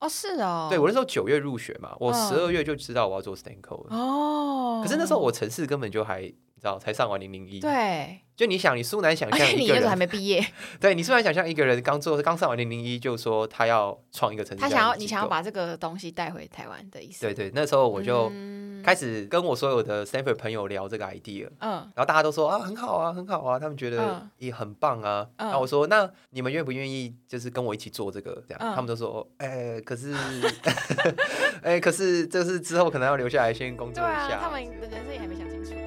是哦， 对，我那时候9月入学嘛，我12月就知道我要做 stanCode 了。可是那时候我程式根本就还你知道才上完001， 对， 就你苏南想象而且一个人你那时候还没毕业， 对，你苏南想象一个人刚上完001，就说他要创一个程式， 你想要把这个东西带回台湾的意思。 对，那时候我就开始跟我所有的 Stanford 朋友聊这个 idea，然后大家都说很好啊，很好啊，他们觉得也很棒啊。然后我说那你们愿不愿意就是跟我一起做这个？这样，他们都说可是可是这是之后可能要留下来先工作一下。 对啊，他们的人生也还没想清楚。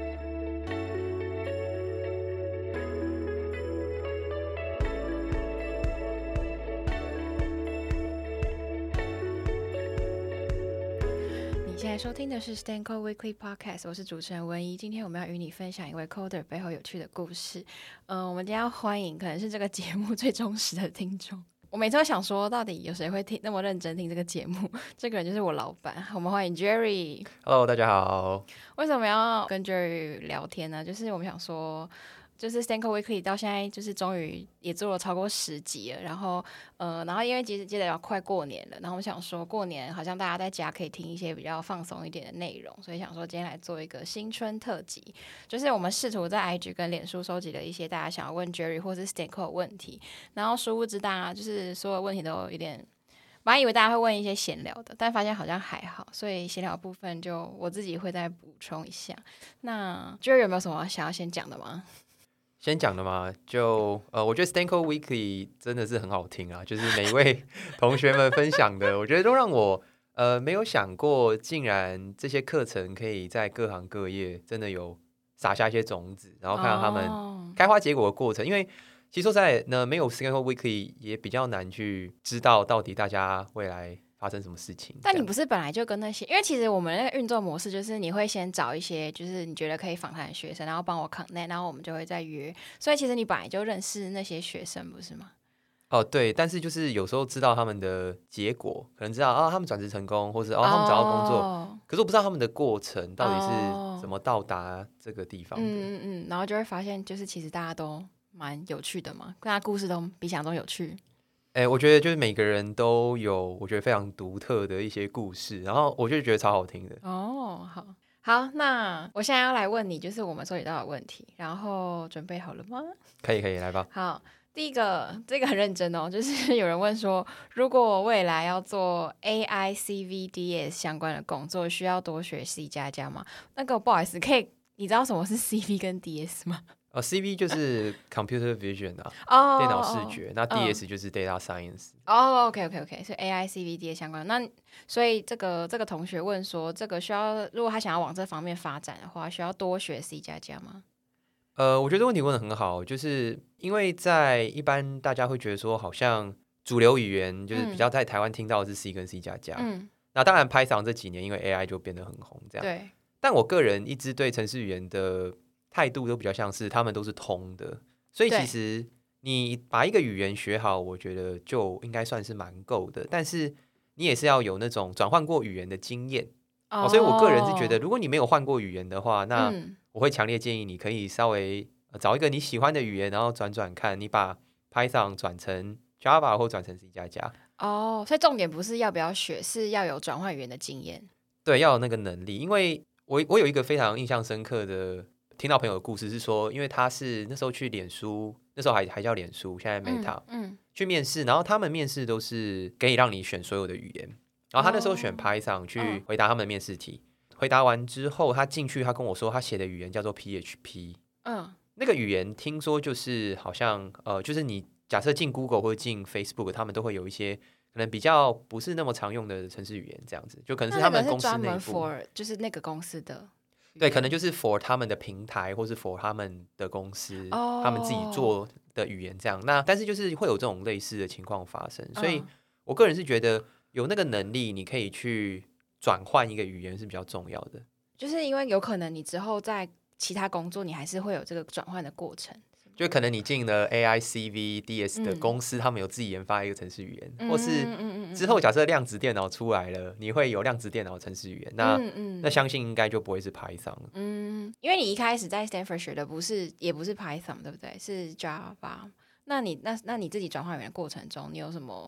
你现在收听的是 stanCode Weekly Podcast， 我是主持人文怡。今天我们要与你分享一位 coder 背后有趣的故事。我们今天要欢迎可能是这个节目最忠实的听众。我每次都想说，到底有谁会那么认真听这个节目？这个人就是我老板。我们欢迎 Jerry。Hello， 大家好。 为什么要跟 Jerry 聊天呢？就是我们想说，就是 stanCode Weekly 到现在就是终于也做了超过10集了，然后因为接着要快过年了，然后我想说过年好像大家在家可以听一些比较放松一点的内容，所以想说今天来做一个新春特辑，就是我们试图在 IG 跟脸书收集了一些大家想要问 Jerry 或是 stanCode 的问题，然后殊不知大家就是所有问题都有一点，本来以为大家会问一些闲聊的，但发现好像还好，所以闲聊的部分就我自己会再补充一下。那 Jerry 有没有什么想要先讲的吗？ 先讲的嘛，就我觉得 stanCode Weekly 真的是很好听啊，就是每一位同学们分享的，我觉得都让我没有想过，竟然这些课程可以在各行各业真的有撒下一些种子，然后看到他们开花结果的过程。因为其实说实在呢，没有 stanCode Weekly 也比较难去知道到底大家未来发生什么事情。 但你不是本来就跟那些，因为其实我们那个运作模式就是你会先找一些就是你觉得可以访谈的学生，然后帮我 connect， 然后我们就会再约，所以其实你本来就认识那些学生不是吗？ 对，但是就是有时候知道他们的结果，可能知道他们转职成功，或是他们找到工作，可是我不知道他们的过程到底是怎么到达这个地方的。 然后就会发现就是其实大家都蛮有趣的嘛，大家故事都比想中有趣。 我觉得就是每个人都有我觉得非常独特的一些故事，然后我就觉得超好听的。 好，那我现在要来问你就是我们收集到的问题，然后准备好了吗？ 可以来吧。 好，第一个这个很认真哦，就是有人问说，如果我未来要做 AI CVDS 相关的工作，需要多学 C++ 吗？那个不好意思，你知道什么是 CV 跟 DS 吗 ？CV 就是 Computer Vision 啊，电脑视觉。那 DS 就是 Data Science。 OK， 所以 AI CVDS 相关。那所以这个同学问说，这个需要如果他想要往这方面发展的话，需要多学 C++ 吗？ 我觉得问题问得很好，就是因为在一般大家会觉得说，好像主流语言就是比较在台湾听到的是 C 跟 C++。那当然 Python 这几年因为 AI 就变得很红，这样。 对。 但我个人一直对程式语言的态度都比较像是他们都是通的，所以其实你把一个语言学好，我觉得就应该算是蛮够的。但是你也是要有那种转换过语言的经验。所以我个人是觉得，如果你没有换过语言的话，那我会强烈建议你可以稍微找一个你喜欢的语言，然后转看，你把 Python 转成 Java 或转成 C++。 所以重点不是要不要学，是要有转换语言的经验。 对，要有那个能力。因为我有一个非常印象深刻的听到朋友的故事，是说，因为他是那时候去脸书，那时候还叫脸书，现在 Meta，去面试，然后他们面试都是可以让你选所有的语言，然后他那时候选 Python 去回答他们的面试题，回答完之后他进去，他跟我说他写的语言叫做 PHP，那个语言听说就是好像就是你假设进 Google 或者进 Facebook， 他们都会有一些可能比较不是那么常用的程式语言，这样子就可能是他们公司内部， 那个是专门 for 就是那个公司的。 对，可能就是 for 他们的平台，或是 for 他们的公司，他们自己做的语言这样。那但是就是会有这种类似的情况发生，所以我个人是觉得有那个能力，你可以去转换一个语言是比较重要的。 就是因为有可能你之后在其他工作，你还是会有这个转换的过程。 就可能你进了 AI CV DS 的公司，他们有自己研发一个程式语言，或是之后假设量子电脑出来了，你会有量子电脑程式语言，那相信应该就不会是 Python 了。 因为你一开始在 Stanford 学的也不是 Python， 对不对？是 Java。那你自己转换语言的过程中，你有什么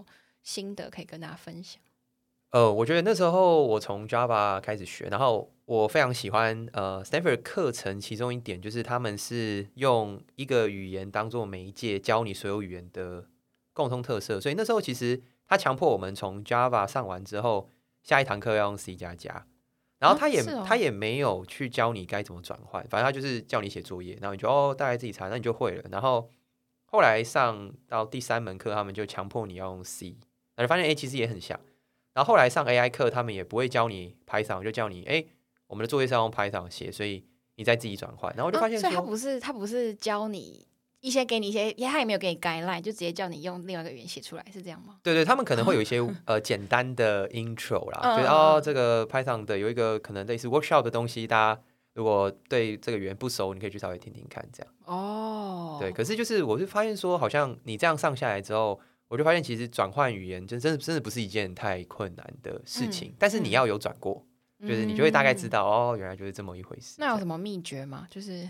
心得可以跟大家分享？ 我觉得那时候我从 Java 开始学，然后我非常喜欢Stanford 课程，其中一点就是他们是用一个语言当做媒介教你所有语言的共通特色，所以那时候其实他强迫我们从 Java 上完之后，下一堂课要用 C++，然后他也没有去教你该怎么转换，反正他就是叫你写作业，然后你就大概自己查，那你就会了。然后后来上到第3门课，他们就强迫你要用 C， 那就发现其实也很像。然后后来上 AI 课，他们也不会教你 Python， 就教你我们的作业是要用 Python 写，所以你再自己转换。然后我就发现说， 所以他不是教你给你一些，他也没有给你 guideline， 就直接叫你用另外一个语言写出来，是这样吗？ 对，他们可能会有一些简单的 intro 啦，觉得这个 Python 的有一个可能类似 workshop 的东西，大家如果对这个语言不熟，你可以去稍微听听看，这样。对，可是就是我就发现说，好像你这样上下来之后。我就发现，其实转换语言真的不是一件太困难的事情，但是你要有转过，就是你就会大概知道原来就是这么一回事。 那有什么秘诀吗？就是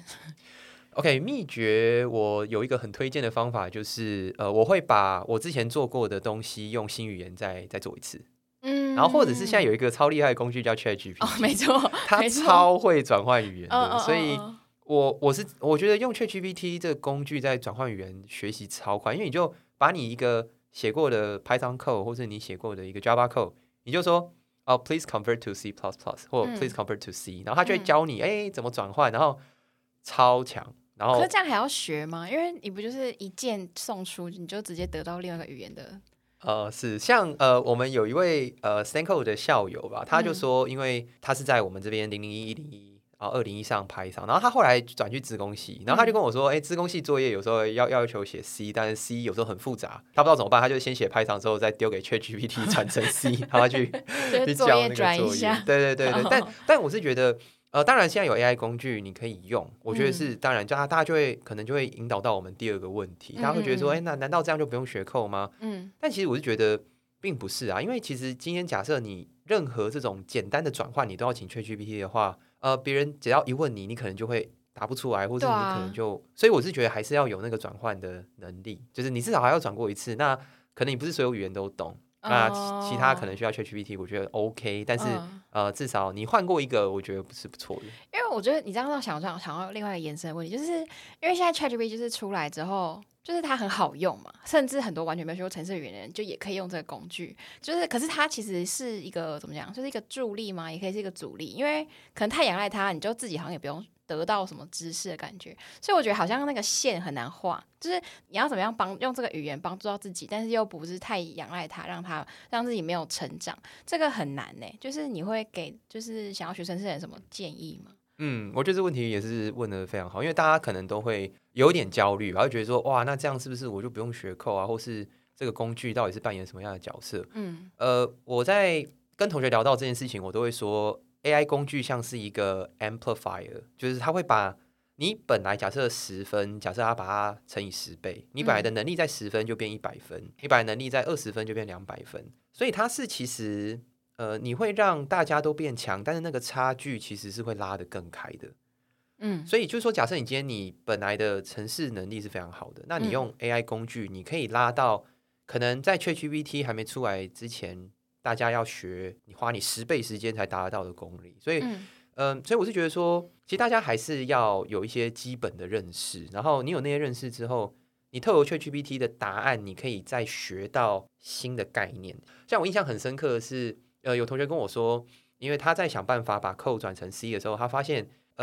，OK， 秘诀我有一个很推荐的方法，就是我会把我之前做过的东西用新语言再做一次。然后或者是现在有一个超厉害的工具叫 ChatGPT， 没错， 它超会转换语言的，所以我觉得用 ChatGPT 这个工具在转换语言学习超快，因为你就把你一个写过的 Python code 或是你写过的一个 Java code， 你就说please convert to C++ 或 please convert to C， 然后他就会教你怎么转换，然后超强。然后可是这样还要学吗？因为你不就是一键送出，你就直接得到另外一个语言的？ 是像我们有一位Stanford 的校友吧，他就说，因为他是在我们这边001、101。然后201上Python，然后他后来转去资工系，然后他就跟我说，资工系作业有时候要求写 C， 但是 C 有时候很复杂，他不知道怎么办，他就先写 Python 之后再丢给 ChatGPT 传成 C， 然后他去教那个作业。对，但我是觉得，当然现在有 AI 工具你可以用，我觉得是当然，大家可能就会引导到我们第二个问题，大家会觉得说，那难道这样就不用学 code 吗？但其实我是觉得并不是啊，因为其实今天假设你任何这种简单的转换你都要请 ChatGPT 的话，别人只要一问你，你可能就会答不出来，或者你可能就，所以我是觉得还是要有那个转换的能力，就是你至少还要转过一次。那可能你不是所有语言都懂，那其他可能需要 ChatGPT， 我觉得 OK， 但是至少你换过一个，我觉得是不错的。 因为我觉得你这样想要另外一个延伸的问题，就是因为现在 ChatGPT 就是出来之后。就是它很好用嘛，甚至很多完全没有学过程式语言的人就也可以用这个工具。就是可是它其实是一个怎么讲，就是一个助力嘛，也可以是一个阻力，因为可能太仰赖它，你就自己好像也不用得到什么知识的感觉。所以我觉得好像那个线很难画，就是你要怎么样用这个语言帮助到自己，但是又不是太仰赖它，让自己没有成长，这个很难呢。就是你会给就是想要学程式的人什么建议吗？ 我觉得这问题也是问得非常好，因为大家可能都会有点焦虑，然后觉得说，哇，那这样是不是我就不用学code啊，或是这个工具到底是扮演什么样的角色？我在跟同学聊到这件事情，我都会说 AI 工具像是一个 amplifier， 就是它会把你本来假设10分，假设它把它乘以10倍，你本来的能力在10分就变100分，你本来能力在20分就变200分，所以它是其实。你会让大家都变强，但是那个差距其实是会拉得更开的。所以就是说，假设你今天你本来的程式能力是非常好的，那你用 AI 工具，你可以拉到可能在 ChatGPT 还没出来之前，大家要学，你花你10倍时间才达得到的功力。所以，所以我是觉得说，其实大家还是要有一些基本的认识，然后你有那些认识之后，你透过 ChatGPT 的答案，你可以再学到新的概念。像我印象很深刻的是。有同学跟我说，因为他在想办法把 code 转成 C 的时候，他发现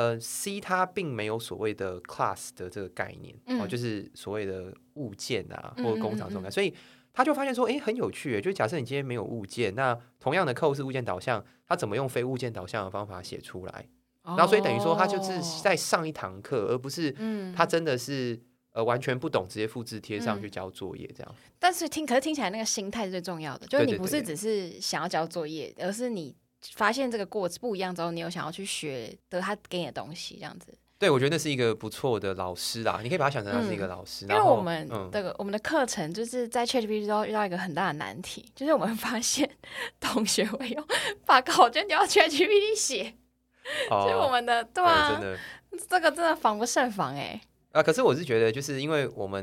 C 它并没有所谓的 class 的这个概念，就是所谓的物件啊或者工厂这种概念，所以他就发现说，很有趣，就是假设你今天没有物件，那同样的 code 是物件导向，他怎么用非物件导向的方法写出来？然后所以等于说他就是在上一堂课，而不是他真的是。完全不懂，直接复制贴上去交作业这样。 但是可是听起来那个心态是最重要的，就是你不是只是想要交作业，而是你发现这个过程不一样之后，你有想要去学得他给你的东西这样子。 对，我觉得那是一个不错的老师啦，你可以把他想成他是一个老师。 因为我们的课程就是在 ChatGPT 都遇到一个很大的难题，就是我们发现同学会把考卷丢到 ChatGPT 写，所以我们的对啊，真的这个真的防不胜防可是我是觉得，就是因为我们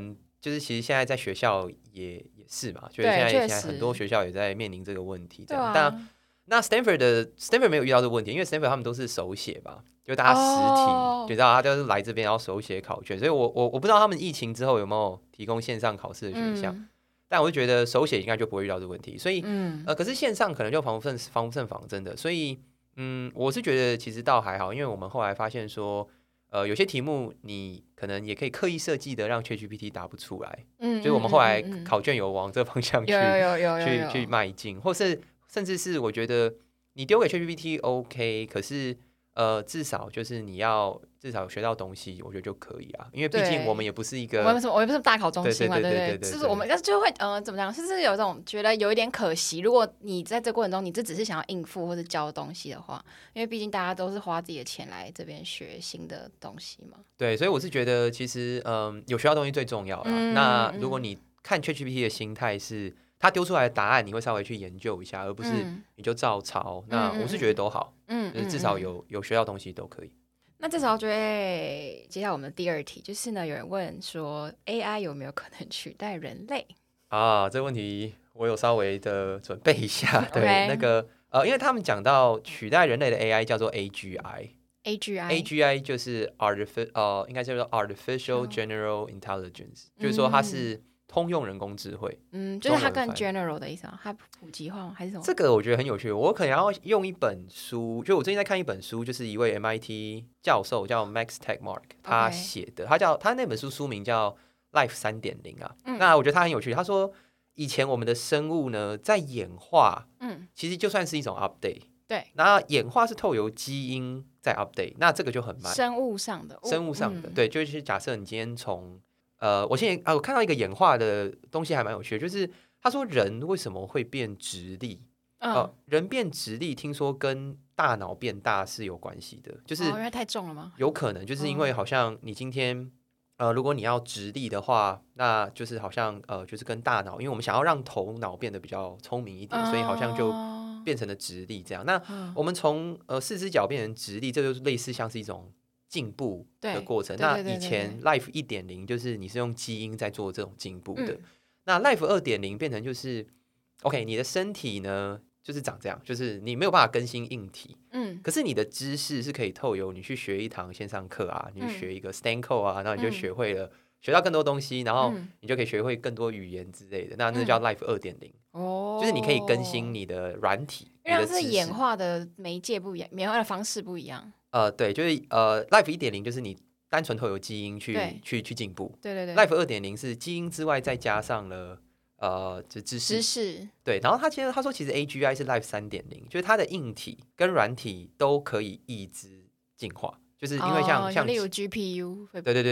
就是其实现在在学校也是嘛，就是现在很多学校也在面临这个问题，这样。但那 Stanford 没有遇到这个问题，因为 Stanford 他们都是手写吧，就大家实体，就知道他就是来这边然后手写考卷，所以我不知道他们疫情之后有没有提供线上考试的选项。但我就觉得手写应该就不会遇到这个问题，所以可是线上可能就防不胜防，真的。所以我是觉得其实倒还好，因为我们后来发现说，有些题目你可能也可以刻意设计的让 ChatGPT 答不出来，就是我们后来考卷有往这个方向去迈进，或是甚至是我觉得你丢给 ChatGPT OK， 可是至少就是你要至少学到东西，我觉得就可以啊，因为毕竟我们也不是一个， 我们不是大考中心嘛，对，就是我们就会怎么讲，就是有一种觉得有一点可惜，如果你在这过程中你只是想要应付或者教东西的话，因为毕竟大家都是花自己的钱来这边学新的东西嘛。对， 所以我是觉得其实有学到东西最重要啦。那如果你看 ChatGPT 的心态是他丢出来的答案你会稍微去研究一下，而不是你就照抄，那我是觉得都好，就是至少有学到东西都可以。 那这时候就会接下来我们的第二题，就是呢，有人问说 AI 有没有可能取代人类啊？这个问题我有稍微的准备一下，对，那个因为他们讲到取代人类的 AI 叫做 AGI 就是 应该叫做 Artificial General Intelligence，就是说它是通用人工智慧， 就是它更 general 的意思吗？它普及化吗？还是什么？ 这个我觉得很有趣，我可能要用一本书，就我最近在看一本书，就是一位 MIT 教授叫 Max Tegmark 他写的，他那本书书名叫 Life 3.0啊。那我觉得他很有趣，他说以前我们的生物呢在演化，其实就算是一种 update， 对，那演化是透由基因在 update， 那这个就很慢，生物上的，对，就是假设你今天从我看到一个演化的东西还蛮有趣的，就是他说人为什么会变直立？人变直立，听说跟大脑变大是有关系的，就是因为太重了吗？ 有可能就是因为好像你今天如果你要直立的话，那就是好像就是跟大脑，因为我们想要让头脑变得比较聪明一点，所以好像就变成了直立这样。那我们从四只脚变成直立，这就是类似像是一种进步的过程。那以前 Life 1.0就是你是用基因在做这种进步的，那 Life 2.0变成就是 OK， 你的身体呢就是长这样，就是你没有办法更新硬体，可是你的知识是可以透由你去学一堂线上课啊，你去学一个 Stanco 啊，然后你就学会了，学到更多东西，然后你就可以学会更多语言之类的，那叫 Life 2.0，就是你可以更新你的软体， 因为它是演化的媒介不一样，演化的方式不一样。 对，就是Life 1.0就是你单纯透由基因去进步，对 Life 2.0是基因之外再加上了就知识，对，然后他说其实 AGI 是 Life 3.0，就是它的硬体跟软体都可以一直进化，就是因为像例如 GPU 会对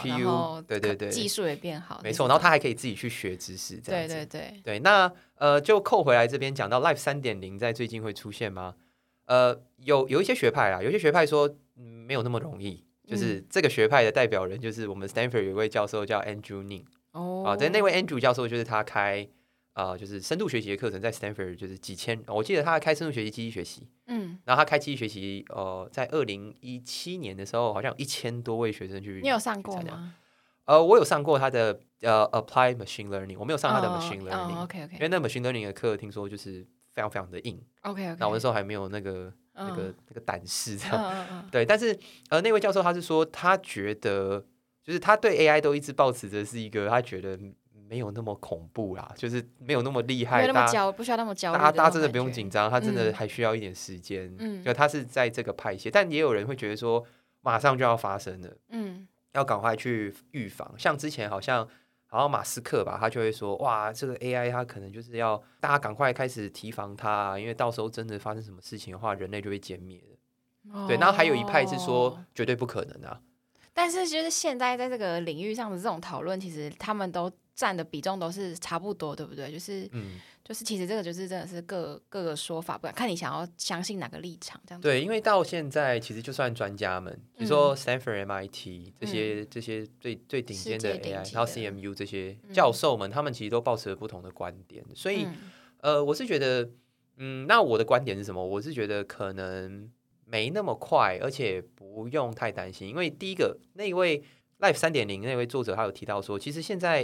GPU 对技术也变好， 没错，然后它还可以自己去学知识，这样子， 对， 那就扣回来这边讲到 Life 3.0在最近会出现吗？有一些学派啦，有一些学派说没有那么容易，就是这个学派的代表人就是我们 Stanford 有一位教授叫 Andrew Ng。对，那位 Andrew 教授就是他开就是深度学习的课程，在 Stanford 就是几千，我记得他开深度学习机器学习，然后他开机器学习，在2017年的时候，好像有1000多位学生去， 你有上过吗？ 我有上过他的Apply Machine Learning， 我没有上他的 Machine Learning，因为那 Machine Learning 的课听说就是非常非常的硬，OK， 那我那时候还没有那个胆识这样，对，但是那位教授他是说他觉得。就是他对 AI 都一直抱持着是一个他觉得没有那么恐怖啦，就是没有那么厉害， 不需要那么焦虑， 大家真的不用紧张，他真的还需要一点时间。就他是在这个派系，但也有人会觉得说马上就要发生了，要赶快去预防。像之前好像马斯克吧，他就会说哇，这个 AI 他可能就是要大家赶快开始提防它，因为到时候真的发生什么事情的话，人类就会歼灭了。对，然后还有一派是说绝对不可能啊。 但是就是现在在这个领域上的这种讨论，其实他们都占的比重都是差不多，对不对？就是其实这个就是真的是各个说法，不看你想要相信哪个立场这样子。 对，因为到现在其实就算专家们，比如说 Stanford、MIT 这些最顶尖的 AI， 然后 CMU 这些教授们，他们其实都抱持了不同的观点。所以我是觉得，那我的观点是什么？我是觉得可能没那么快，而且不用太担心，因为第一个那一位 Life 3.0那位作者他有提到说，其实现在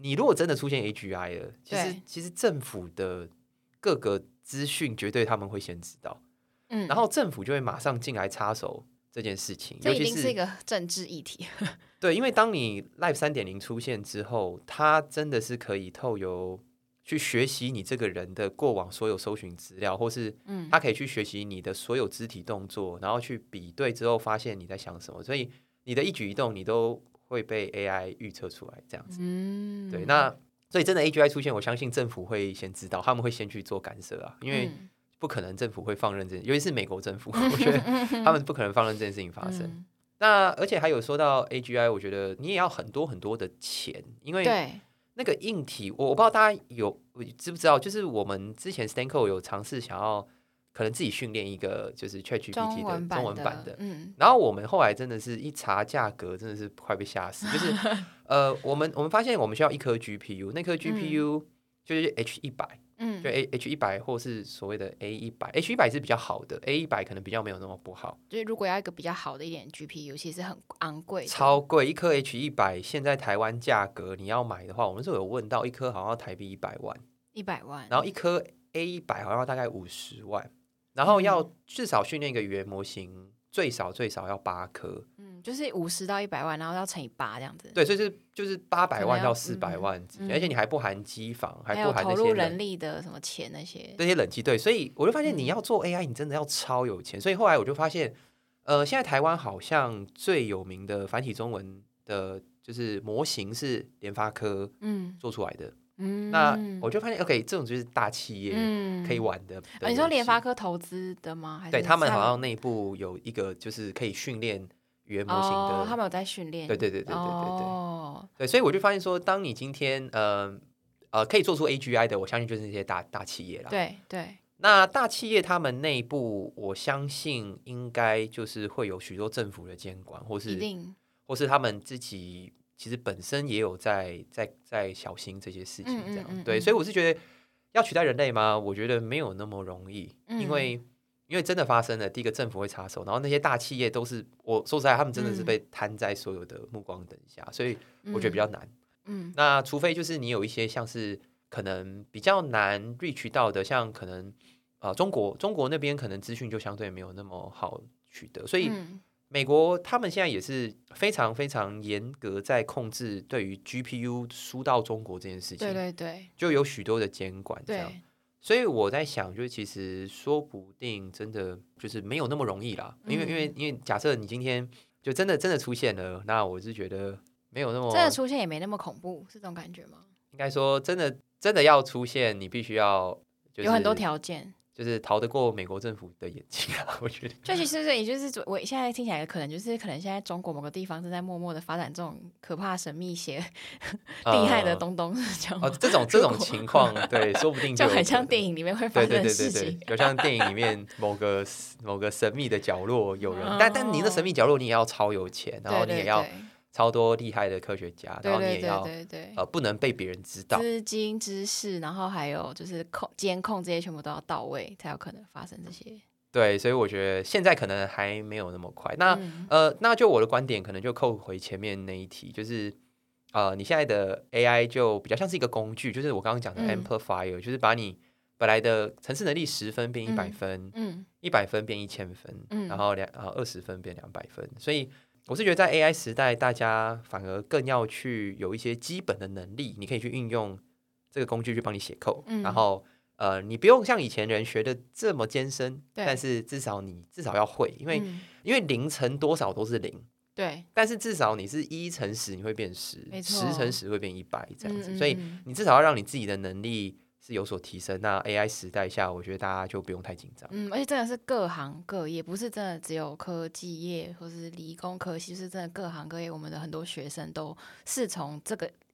你如果真的出现 AGI 了，其实政府的各个资讯绝对他们会先知道，然后政府就会马上进来插手这件事情， 这一定是一个政治议题。 对，因为当你 Live 3.0 出现之后，它真的是可以透由去学习你这个人的过往所有搜寻资料，或是它可以去学习你的所有肢体动作，然后去比对之后发现你在想什么，所以你的一举一动你都会被 AI 预测出来，这样子。对，那所以真的 AGI 出现，我相信政府会先知道，他们会先去做干涉啊，因为不可能政府会放任这件，尤其是美国政府，我觉得他们不可能放任这件事情发生。那而且还有说到 AGI， 我觉得你也要很多很多的钱，因为那个硬体，我不知道大家知不知道，就是我们之前 stanCode 有尝试想要可能自己训练一个就是 ChatGPT 的中文版的，然后我们后来真的是一查价格，真的是快被吓死。就是我们发现我们需要一颗 GPU， 那颗 GPU 就是 H100，就 H100 或是所谓的 A100，H100 是比较好的，A100 可能比较没有那么不好。 就是如果要一个比较好的一点 GPU， 其实很昂贵， 超贵，一颗 H100 现在台湾价格你要买的话，我们是有问到一颗好像台币100万 ，100万， 然后一颗 A100 好像大概50万。然后要至少训练一个语言模型，最少要8颗， 就是50到100万，然后要乘以8这样子。 对，所以就是800万到400万之间，而且你还不含机房，还不含那些投入人力的什么钱那些冷气。对，所以我就发现你要做 AI，你真的要超有钱。所以后来我就发现，现在台湾好像最有名的繁体中文的，就是模型是联发科做出来的。那我就发现 OK， 这种就是大企业可以玩的。 你说联发科投资的吗？还是对，他们好像内部有一个就是可以训练语言模型的， 他们有在训练。 对，所以我就发现说，当你今天可以做出 AGI 的，我相信就是那些大企业啦。 对， 那大企业他们内部，我相信应该就是会有许多政府的监管，或是他们自己。其实本身也有在小心这些事情，这样对，所以我是觉得要取代人类吗？我觉得没有那么容易，因为真的发生了，第一个政府会插手，然后那些大企业都是我说实在，他们真的是被摊在所有的目光等下，所以我觉得比较难。那除非就是你有一些像是可能比较难 reach 到的，像可能中国那边可能资讯就相对没有那么好取得，所以。美国他们现在也是非常非常严格在控制对于 GPU 输到中国这件事情， 对， 就有许多的监管这样。所以我在想，就是其实说不定真的就是没有那么容易啦，因为假设你今天就真的出现了，那我是觉得没有那么真的出现也没那么恐怖，是这种感觉吗？ 应该说真的要出现，你必须要有很多条件。 就是逃得过美国政府的眼睛啊，我觉得。 就其实也就是我现在听起来可能现在中国某个地方正在默默的发展这种可怕神秘些厉害的东东， 这种情况，对，说不定就很像电影里面会发生的事情， 有像电影里面某个神秘的角落有人，但你的神秘角落你也要超有钱，然后你也要。超多厉害的科学家，然后你也要不能被别人知道， 资金、知识，然后还有就是监控这些全部都要到位，才有可能发生这些。 对，所以我觉得现在可能还没有那么快。那就我的观点，可能就扣回前面那一题，就是你现在的 AI 就比较像是一个工具，就是我刚刚讲的 amplifier，就是把你本来的程式能力10分变100分，100分变1000分，然后20分变200分，所以。我是觉得在 AI 时代，大家反而更要去有一些基本的能力，你可以去运用这个工具去帮你写code，然后你不用像以前人学的这么艰深，但是至少要会，因为0乘多少都是0， 对， 但是至少你是1乘10，你会变10，10乘10会变100这样子，所以你至少要让你自己的能力。是有所提升，那 AI 时代下，我觉得大家就不用太紧张。 而且真的是各行各业，不是真的只有科技业或是理工科系，是真的各行各业，我们的很多学生都是从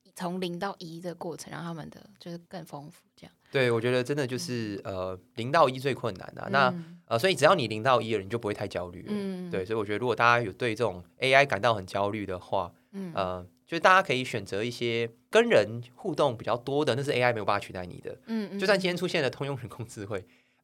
0到1的过程，让他们的就是更丰富这样。 对，我觉得真的就是0到1最困难的、那所以只要你0到1了，你就不会太焦虑了。对，所以我觉得如果大家有对这种 AI 感到很焦虑的话，就是大家可以选择一些跟人互动比较多的，那是 AI 没有办法取代你的。就算今天出现了通用人工智慧，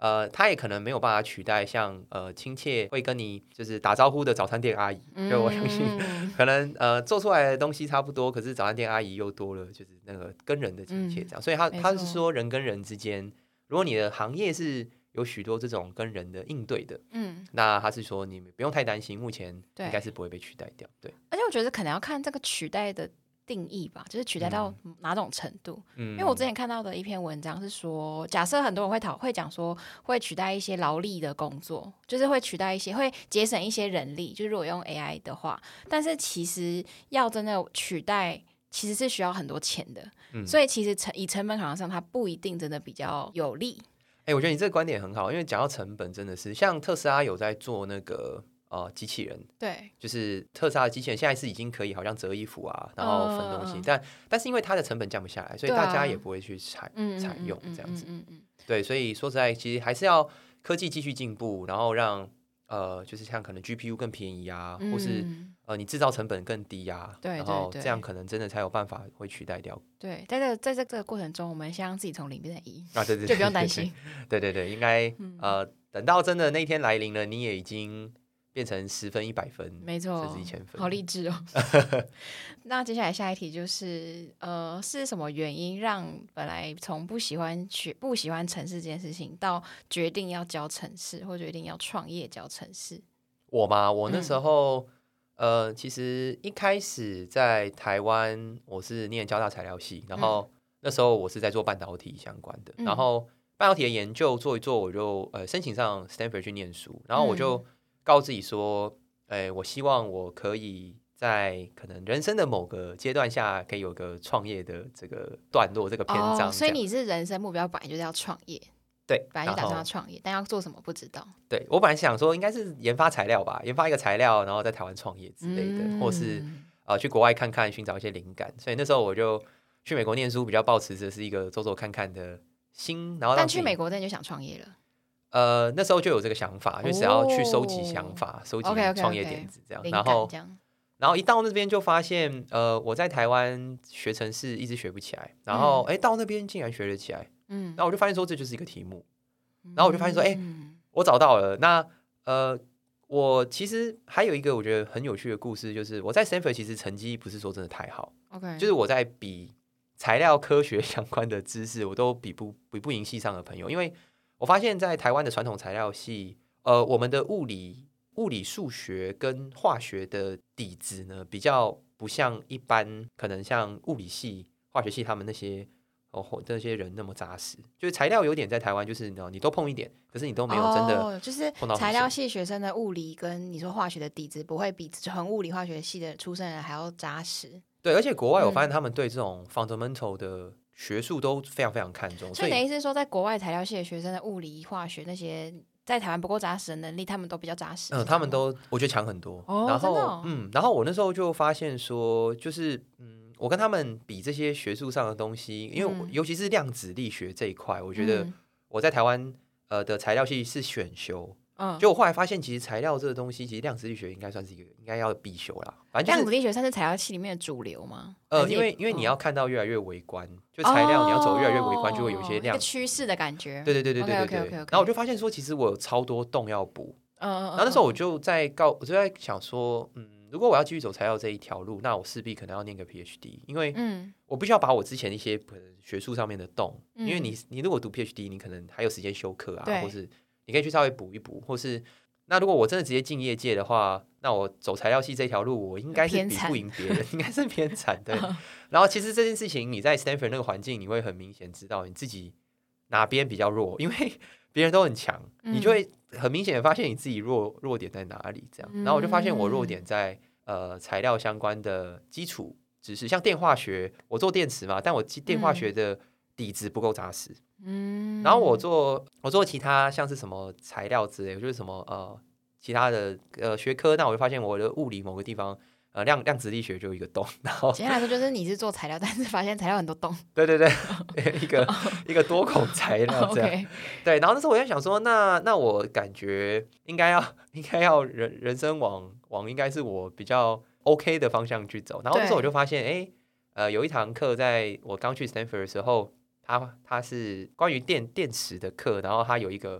他也可能没有办法取代像亲切会跟你就是打招呼的早餐店阿姨，就我相信可能做出来的东西差不多，可是早餐店阿姨又多了就是那个跟人的亲切这样，所以他是说人跟人之间，如果你的行业是有许多这种跟人的应对的，那他是说你不用太担心，目前应该是不会被取代掉。对， 而且我觉得可能要看这个取代的定义吧，就是取代到哪种程度。因为我之前看到的一篇文章是说，假设很多人会讲说会取代一些劳力的工作，就是会取代一些会节省一些人力，就是如果用 AI 的话，但是其实要真的取代其实是需要很多钱的，所以其实以成本考量上它不一定真的比较有利。 我觉得你这个观点很好，因为讲到成本真的是像特斯拉有在做那个机器人， 对， 就是特斯拉的机器人现在是已经可以好像折衣服啊，然后分东西，但是因为它的成本降不下来，所以大家也不会去采用这样子。对，所以说实在，其实还是要科技继续进步，然后让就是像可能 GPU 更便宜啊，或是你制造成本更低啊，然后这样可能真的才有办法会取代掉。 对，在这个过程中，我们先让自己从0变成1 啊，对， 就不用担心。 对，应该等到真的那一天来临了，你也已经变成10分、100分， 没错， 甚至1000分， 好励志哦。那接下来下一题就是是什么原因让本来从不喜欢程式这件事情，到决定要教程式，或决定要创业教程式？ 我嘛，我那时候其实一开始在台湾，我是念交大材料系，然后那时候我是在做半导体相关的，然后半导体的研究做一做，我就申请上 Stanford 去念书，然后我就告自己说，我希望我可以在可能人生的某个阶段下，可以有个创业的这个段落，这个篇章。 所以你是人生目标本来就是要创业， 对， 本来就打算要创业，但要做什么不知道。 对，我本来想说应该是研发材料吧，研发一个材料，然后在台湾创业之类的，或是去国外看看，寻找一些灵感。所以那时候我就去美国念书，比较抱持着是一个走走看看的心，然后但去美国真的就想创业了。 那时候就有这个想法，就是要去收集想法，收集创业点子这样。然后一到那边就发现，我在台湾学程式一直学不起来，然后到那边竟然学了起来，然后我就发现说这就是一个题目，然后我就发现说，我找到了。那我其实还有一个我觉得很有趣的故事，就是我在 Stanford 其实成绩不是说真的太好，就是我在比材料科学相关的知识，我都比不赢系上的朋友，因为我发现，在台湾的传统材料系，我们的物理、数学跟化学的底子呢，比较不像一般可能像物理系、化学系他们那些人那么扎实。就是材料有点在台湾，就是你都碰一点，可是你都没有真的就是材料系学生的物理跟你说化学的底子不会比纯物理化学系的出身人还要扎实。 对，而且国外我发现他们对这种 fundamental 的学术都非常非常看重， 所以你的意思是说，在国外材料系的学生的物理、化学那些在台湾不够扎实的能力，他们都比较扎实。 他们都我觉得强很多。然后然后我那时候就发现说，就是我跟他们比这些学术上的东西，因为尤其是量子力学这一块，我觉得我在台湾的材料系是选修。就我后来发现，其实材料这个东西，其实量子力学应该算是一个应该要必修啦。反正量子力学算是材料系里面的主流吗？ 因为你要看到越来越微观，就材料你要走越来越微观，就会有一些量趋势的感觉。 对。然后我就发现说，其实我有超多洞要补。然后那时候我就在想说，如果我要继续走材料这一条路，那我势必可能要念个 PhD， 因为我必须要把我之前一些学术上面的洞，因为你如果读 PhD， 你可能还有时间修课啊，或是你可以去稍微补一补，或是那如果我真的直接进业界的话，那我走材料系这条路，我应该是比不赢别人，应该是偏惨对。然后其实这件事情，你在 Stanford 那个环境，你会很明显知道你自己哪边比较弱，因为别人都很强，你就会很明显的发现你自己弱点在哪里。这样，然后我就发现我弱点在材料相关的基础知识，像电化学，我做电池嘛，但我电化学的底子不够扎实。然后我做其他像是什么材料之类，就是什么其他的学科，那我就发现我的物理某个地方量子力学就有一个洞。然后简单来说就是你是做材料，但是发现材料很多洞。 对一个多孔材料这样。对，然后那时候我在想说，那我感觉应该要人生往应该是我比较 OK 的方向去走。然后那时候我就发现，有一堂课在我刚去 Stanford 的时候。它是关于电池的课，然后它有一个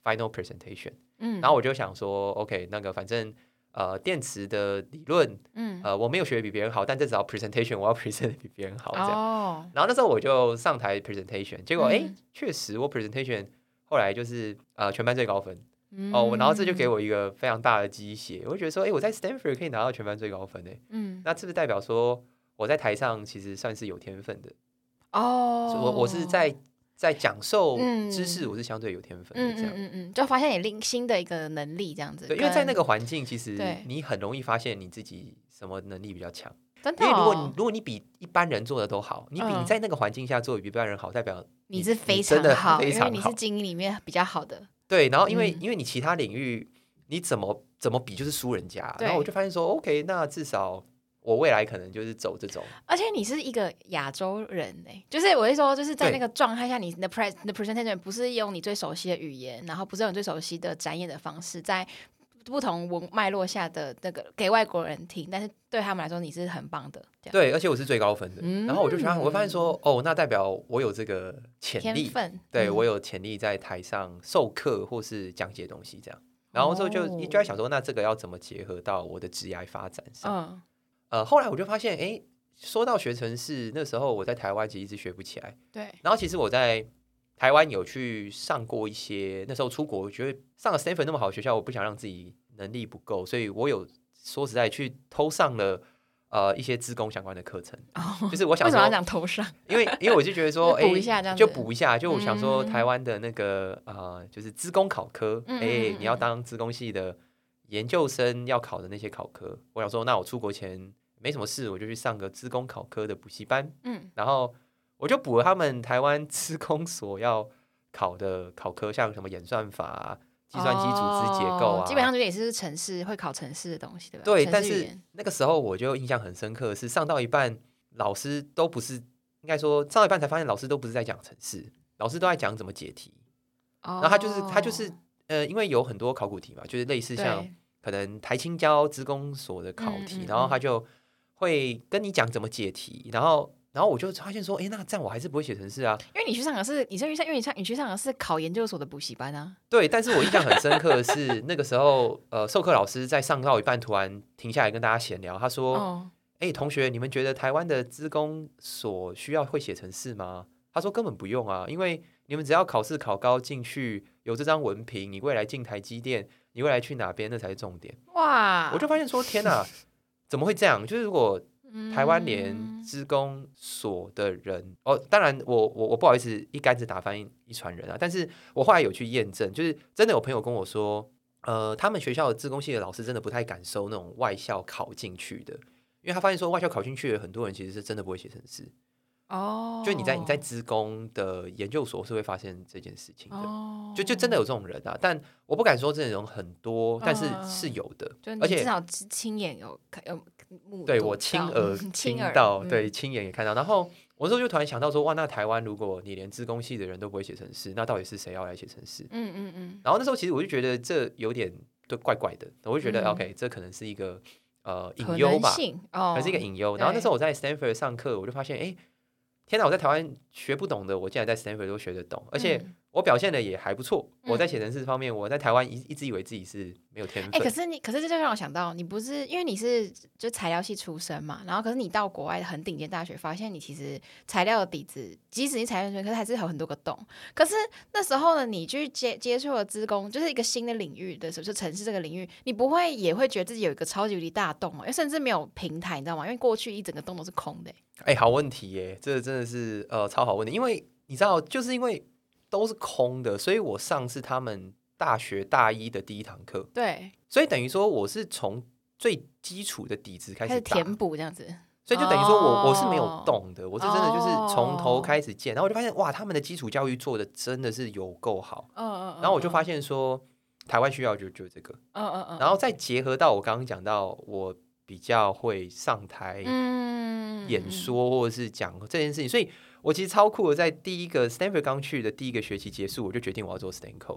final presentation，然后我就想说 OK 那个反正电池的理论我没有学得比别人好，但至少 presentation 我要 present 得比别人好这样，然后那时候我就上台 presentation， 结果确实我 presentation 后来就是全班最高分然后这就给我一个非常大的鸡血，我就觉得说我在 Stanford 可以拿到全班最高分那是不是代表说我在台上其实算是有天分的我是在讲授知识，我是相对有天分的这样就发现你新的一个能力这样子。 对，因为在那个环境，其实你很容易发现你自己什么能力比较强。 真的因为如果你比一般人做的都好，你在那个环境下做的比一般人好，代表你是非常好，因为你是精英里面比较好的。 对，然后因为你其他领域你怎么比就是输人家，然后我就发现说 OK， 那至少我未来可能就是走这种， 而且你是一个亚洲人就是我是说，就是在那个状态下，你的 presentation 不是用你最熟悉的语言，然后不是用你最熟悉的展演的方式，在不同脉络下的那个给外国人听，但是对他们来说你是很棒的。 对，而且我是最高分的，然后我发现说那代表我有这个潜力， 天分， 对我有潜力在台上授课或是讲解东西这样，然后之后就在想说，那这个要怎么结合到我的职业发展上？后来我就发现，说到学程式，那时候我在台湾其实一直学不起来。 对。 然后其实我在台湾有去上过一些，那时候出国，我觉得上了 Stanford 那么好的学校，我不想让自己能力不够，所以我有说实在去偷上了一些资工相关的课程。就是我想说， 为什么要讲偷上？ 因为我就觉得说， 补一下这样子， 就补一下。就我想说，台湾的那个就是资工考科，你要当资工系的研究生要考的那些考科，我想说，那我出国前没什么事，我就去上个资工考科的补习班，然后我就补了他们台湾资工所要考的考科，像什么演算法计算机组织结构基本上就也是程式会考程式的东西，对吧？ 对，但是那个时候我就印象很深刻，是上到一半，老师都不是，应该说上到一半才发现老师都不是在讲程式，老师都在讲怎么解题。然后他就是因为有很多考古题嘛，就是类似像可能台清交资工所的考题，然后他就会跟你讲怎么解题，然后我就发现说，那这样我还是不会写程式啊。 因为你去上的是你去上的是考研究所的补习班啊。 对，但是我印象很深刻的是那个时候，授课老师在上到一半突然停下来跟大家闲聊，他说：“同学，你们觉得台湾的资工所需要会写程式吗？”他说：“根本不用啊，因为你们只要考试考高进去，有这张文凭，你未来进台积电，你未来去哪边那才是重点。”哇！我就发现说，天哪，怎么会这样？就是如果台湾连资工所的人当然我不好意思一竿子打翻一船人啊，但是我后来有去验证，就是真的有朋友跟我说，他们学校的资工系的老师真的不太敢收那种外校考进去的，因为他发现说外校考进去的很多人其实是真的不会写程式。就你在资工的研究所是会发现这件事情的，就真的有这种人啊，但我不敢说这种很多，但是是有的，而且至少亲眼有目睹， 对我亲耳听到，对亲眼也看到。然后我那时候就突然想到说，哇，那台湾如果你连资工系的人都不会写程式，那到底是谁要来写程式？然后那时候其实我就觉得这有点怪怪的，我就觉得 OK， 这可能是一个隐忧吧，可能是一个隐忧。然后那时候我在 Stanford 上课，我就发现天哪！我在台湾学不懂的，我竟然在 Stanford 都学得懂，而且我表现的也还不错。我在写程式方面，我在台湾一直以为自己是没有天分。 可是这就让我想到，你不是因为你是就材料系出身嘛，然后可是你到国外的很顶尖大学，发现你其实材料的底子，即使你材料学，可是还是有很多个洞。可是那时候呢，你去接触了资工，就是一个新的领域的时候，就程式这个领域，你不会也会觉得自己有一个超级无敌大洞因为甚至没有平台，你知道吗？因为过去一整个洞都是空的。 好问题耶，这真的是超好问题，因为你知道，就是因为都是空的，所以我上是他们大学大一的第一堂课， 对， 所以等于说我是从最基础的底子开始填补这样子， 所以就等于说我是没有动的，我是真的就是从头开始建，然后我就发现哇，他们的基础教育做的真的是有够好，然后我就发现说台湾需要就这个，然后再结合到我刚刚讲到我比较会上台演说或者是讲这件事情，所以我其实超酷的，在第一个 Stanford 刚去的第一个学期结束，我就决定我要做 Stanco 了。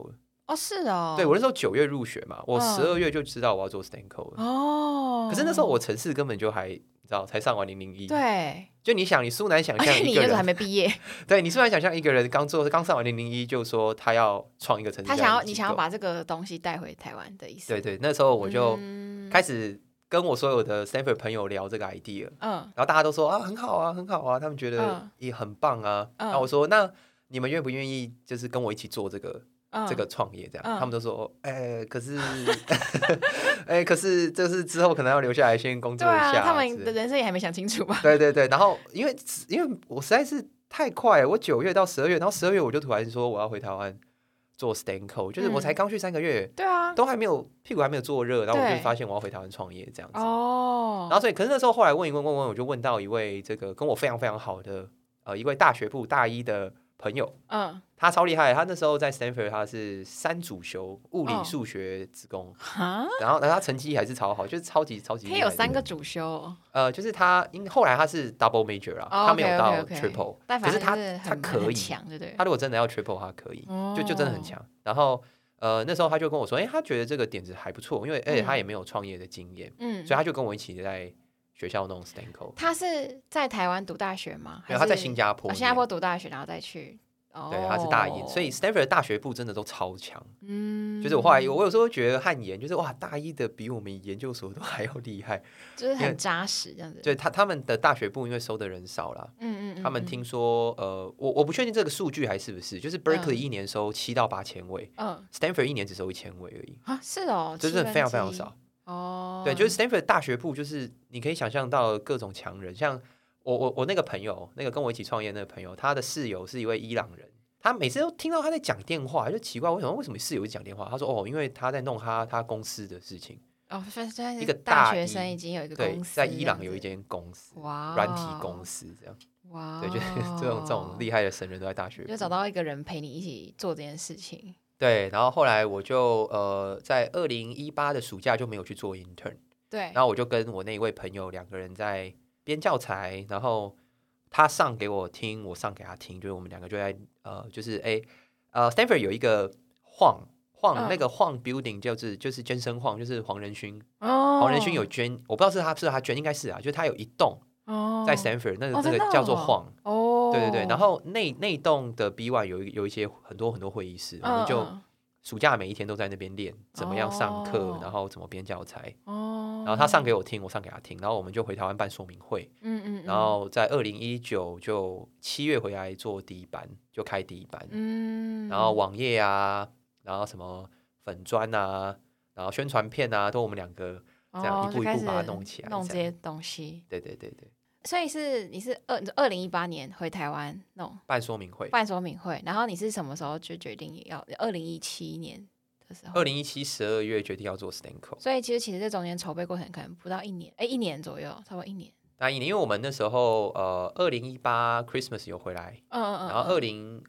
哦，是哦， 对，我那时候9月入学嘛，我12月就知道我要做 stanCode 了。哦，可是那时候我程式根本就还你知道才上完001， 对， 就你想，你苏南想象一个人， 你那时候还没毕业， 对，你苏南想象一个人刚上完001，就说他要创一个程式， 你想要把这个东西带回台湾的意思。 对对，那时候我就开始跟我所有的 Stanford 朋友聊这个 idea，然后大家都说啊很好啊很好啊，他们觉得也很棒啊，然后我说那你们愿不愿意就是跟我一起做这个创业这样，他们都说可是可是这是之后可能要留下来先工作一下， 对啊，他们的人生也还没想清楚吧？ 对对对，然后因为我实在是太快了，我9月到12月，然后12月我就突然说我要回台湾做 stanCode，就是我才刚去3个月， 对啊， 都还没有屁股还没有坐热，然后我就发现我要回台湾创业这样子。然后所以可是那时候后来问一问，我就问到一位这个跟我非常非常好的一位大学部大一的朋友，他超厉害，他那时候在 Stanford 他是3主修，物理、数学、资工，然后他成绩还是超好，就是超级厉害， 可以有3个主修。 就是他后来他是 double major 啦，他没有到 triple， 可是他可以，他如果真的要 triple 他可以，就真的很强。然后那时候他就跟我说，他觉得这个点子还不错，因为而且他也没有创业的经验，所以他就跟我一起在学校弄 stanCode。 他是在台湾读大学吗？ 没有，他在新加坡。 新加坡读大学，然后再去。 对，他是大一，所以 Stanford 的大学部真的都超强。就是我后来我有时候觉得汉研就是哇，大一的比我们研究所都还要厉害， 就是很扎实这样子。 对，他们的大学部因为收的人少啦，他们听说我不确定这个数据还是不是，就是 Berkeley 一年收7到8千位，Stanford 一年只收1000位而已啊，是哦， 就是非常非常少哦。对，就是 Stanford 大学部，就是你可以想象到各种强人，像我那个朋友，那个跟我一起创业那个朋友，他的室友是一位伊朗人。他每次都听到他在讲电话，就奇怪为什么室友讲电话？他说因为他在弄他公司的事情。 一个大学生已经有一个公司， 在伊朗有一间公司，软体公司这样。哇，对，就是这种厉害的神人都在大学， 就找到一个人陪你一起做这件事情。 对，然后后来我就在2018的暑假就没有去做 intern。 对， 然后我就跟我那一位朋友2个人在编教材，然后他上给我听，我上给他听，就是我们2个就在就是Stanford 有一个晃那个晃 building 就是捐生晃，就是黄仁勋，黄仁勋有捐，我不知道是他捐，应该是啊，就是他有一栋在 Stanford 那个叫做晃，对对对，然后那栋的 B1 有一些很多会议室，我们就暑假每一天都在那边练怎么样上课，然后怎么编教材，然后他上给我听，我上给他听，然后我们就回台湾办说明会，然后在2019就7月回来做第一班，就开第一班，然后网页啊，然后什么粉专啊，然后宣传片啊，都我们2个这样一步一步把它弄起来， 弄这些东西。 对对对对。 所以你是2018年回台湾弄办说明会， 然后你是什么时候就决定要2017年的时候 ？2017 12月决定要做 stanCode， 所以其实这中间筹备过程可能不到1年，1年左右，差不多1年。 那1年，因为我们那时候2018 Christmas 有回来，然后2018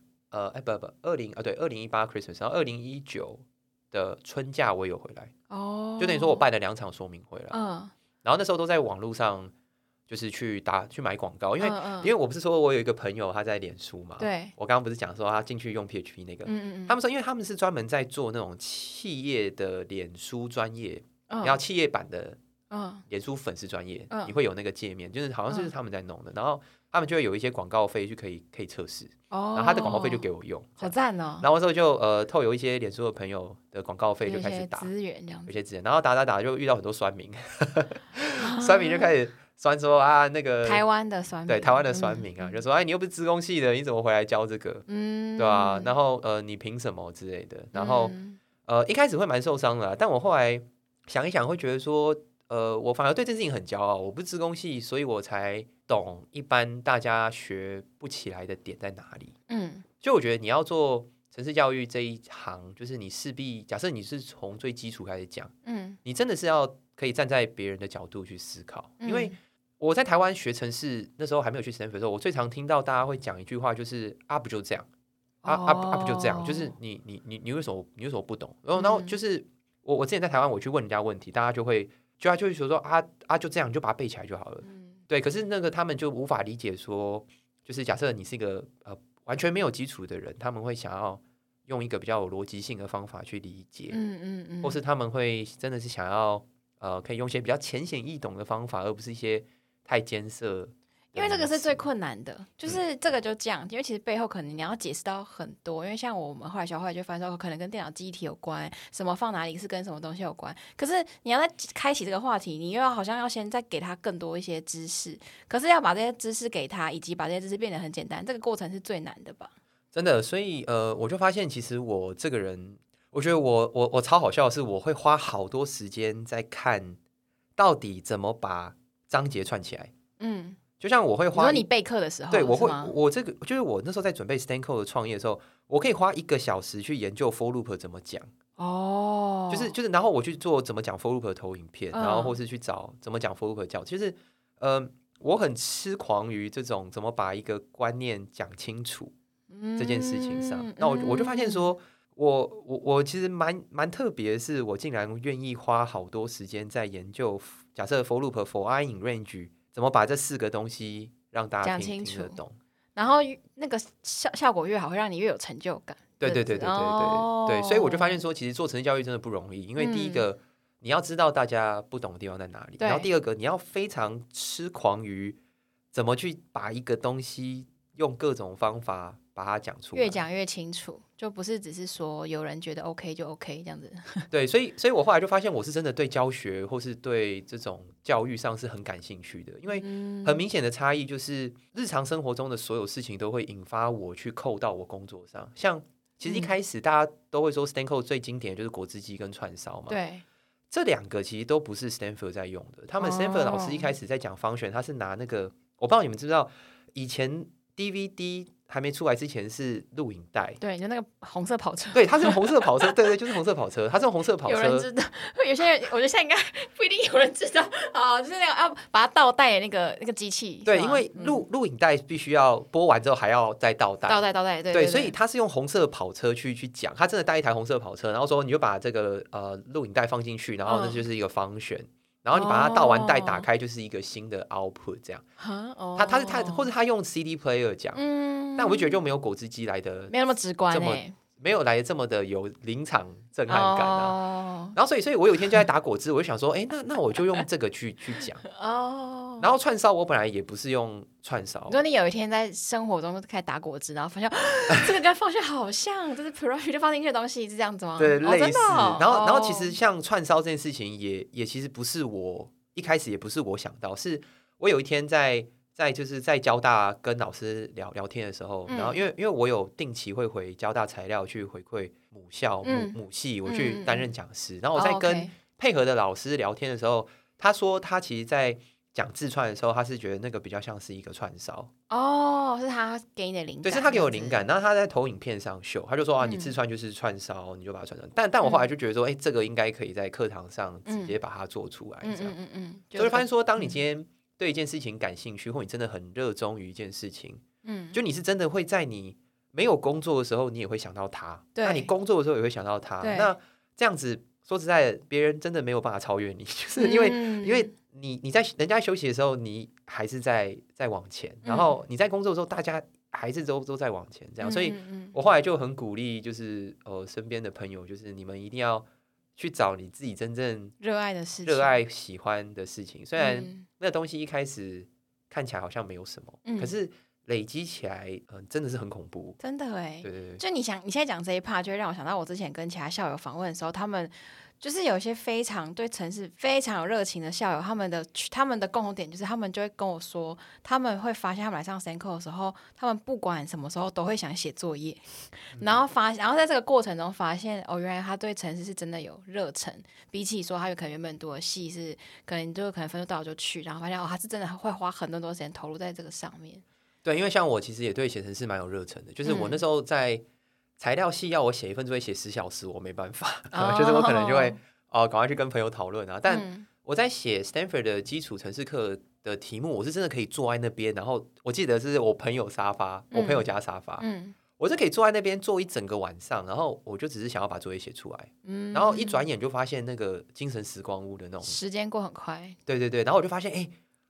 Christmas， 然后2019的春假我也有回来，就等于说我办了2场说明会了，然后那时候都在网络上。就是去买广告，因为我不是说我有一个朋友他在脸书嘛， 对， 我刚刚不是讲说他进去用 PHP 那个，他们说因为他们是专门在做那种企业的脸书专业，然后企业版的脸书粉丝专业，你会有那个界面，就是好像是他们在弄的，然后他们就会有一些广告费就可以测试，然后他的广告费就给我用， 好赞哦。 然后之后就透有一些脸书的朋友的广告费就开始打资源这样子， 有些资源，然后打就遇到很多酸民，酸民就开始。酸说啊，那个台湾的酸民， 对台湾的酸民啊，就说你又不是资工系的，你怎么回来教这个？对吧？然后你凭什么之类的？然后一开始会蛮受伤的，但我后来想一想，会觉得说，我反而对这件事情很骄傲。我不是资工系，所以我才懂一般大家学不起来的点在哪里。就我觉得你要做程式教育这一行，就是你势必假设你是从最基础开始讲，你真的是要可以站在别人的角度去思考，因为我在台湾学程式那时候还没有去 Stanford 的时候，我最常听到大家会讲一句话，就是不就这样，不就这样，就是你为什么不懂？然后就是我之前在台湾，我去问人家问题，大家就会说就这样，就把它背起来就好了。对，可是那个他们就无法理解说，就是假设你是一个完全没有基础的人，他们会想要用一个比较有逻辑性的方法去理解，或是他们会真的是想要可以用一些比较浅显易懂的方法，而不是一些太艰涩。 因为这个是最困难的，就是这个就这样，因为其实背后可能你要解释到很多，因为像我们后来就发现说，可能跟电脑记忆体有关，什么放哪里是跟什么东西有关，可是你要再开启这个话题，你又好像要先再给他更多一些知识，可是要把这些知识给他，以及把这些知识变得很简单，这个过程是最难的吧？ 真的，所以我就发现其实我这个人，我觉得我超好笑的是，我会花好多时间在看到底怎么把章节串起来。就像我会花， 你说你备课的时候， 对，我这个就是我那时候在准备 stanCode 的创业的时候，我可以花1个小时去研究 for loop 怎么讲。就是然后我去做怎么讲 for loop 的投影片，然后或是去找怎么讲 for loop 的教，就是我很痴狂于这种怎么把一个观念讲清楚这件事情上。那我就发现说，我其实蛮特别的是，我竟然愿意花好多时间在研究，假设 for loop、for i in range 怎么把这4个东西让大家听得懂， 然后那个效果越好，会让你越有成就感。 对，所以我就发现说，其实做程式教育真的不容易，因为第一个你要知道大家不懂的地方在哪里，然后第二个你要非常痴狂于怎么去把一个东西用各种方法把它讲出来， 越讲越清楚，就不是只是说有人觉得 OK 就 OK 这样子。 对，所以我后来就发现，我是真的对教学或是对这种教育上是很感兴趣的，因为很明显的差异就是日常生活中的所有事情都会引发我去扣到我工作上。像其实一开始大家都会说 stanCode 最经典的就是果汁机跟串烧嘛， 对， 这2个其实都不是 Stanford 在用的。他们 Stanford 老师一开始在讲function，他是拿那个，我不知道你们知不知道，以前 DVD 还没出来之前是录影带， 对，就那个红色跑车， 对，它是用红色跑车，对，就是红色跑车，它是用红色跑车。 有人知道，有些人我觉得现在应该不一定有人知道啊，就是那个要把它倒带的那个机器， 对，因为录影带必须要播完之后还要再倒带，对，所以他是用红色跑车去讲，他真的带一台红色跑车，然后说你就把这个录影带放进去，然后那就是一个function。然后你把它倒完带打开，就是一个新的 output 这样。他或者他用 CD player 讲，但我就觉得就没有果汁机来的没有那么直观， 没有来的这么的有临场震撼感啊。然后所以我有一天就在打果汁，我就想说，那我就用这个去讲。然后串烧我本来也不是用串烧。 你说你有一天在生活中开始打果汁，然后发现这个跟放学好像，就是 Pro 就放进去的东西是这样子吗？ 对，类似。然后其实像串烧这件事情也其实不是我一开始也不是我想到，是我有一天就是在交大跟老师聊天的时候，然后因为我有定期会回交大材料去回馈母校母系，我去担任讲师，然后我在跟配合的老师聊天的时候，他说他其实在讲自串的时候，他是觉得那个比较像是一个串烧。 是他给你的灵感。 对，是他给我灵感。然后他在投影片上秀，他就说你自串就是串烧，你就把它串烧。但我后来就觉得说，这个应该可以在课堂上直接把它做出来，这样。所以发现说，当你今天对一件事情感兴趣，或你真的很热衷于一件事情，就你是真的会在你没有工作的时候，你也会想到它；那你工作的时候也会想到它。那这样子说实在的，别人真的没有办法超越你，就是因为你在人家休息的时候，你还是在往前，然后你在工作的时候，大家还是都在往前，这样。所以我后来就很鼓励，就是身边的朋友，就是你们一定要去找你自己真正热爱的事情， 热爱喜欢的事情。虽然那东西一开始看起来好像没有什么，可是累积起来，真的是很恐怖。 真的哎， 对。 就你现在讲这一 part，就会让我想到我之前跟其他校友访问的时候，他们就是有一些非常对城市非常有热情的校友，他们的共同点就是他们就会跟我说，他们会发现他们来上 stanCode 的时候，他们不管什么时候都会想写作业，然后在这个过程中发现，原来他对城市是真的有热忱，比起说他有可能原本读的系是可能分数到就去，然后发现他是真的会花很多时间投入在这个上面。 对，因为像我其实也对写程式蛮有热忱的，就是我那时候在材料系要我写一份作业写10小时，我没办法，就是我可能就会赶快去跟朋友讨论啊。但我在写 Stanford 的基础程式课的题目，我是真的可以坐在那边，然后我记得是我朋友家沙发，我是可以坐在那边坐一整个晚上，然后我就只是想要把作业写出来，然后一转眼就发现那个精神时光屋的那种时间过很快， 对，然后我就发现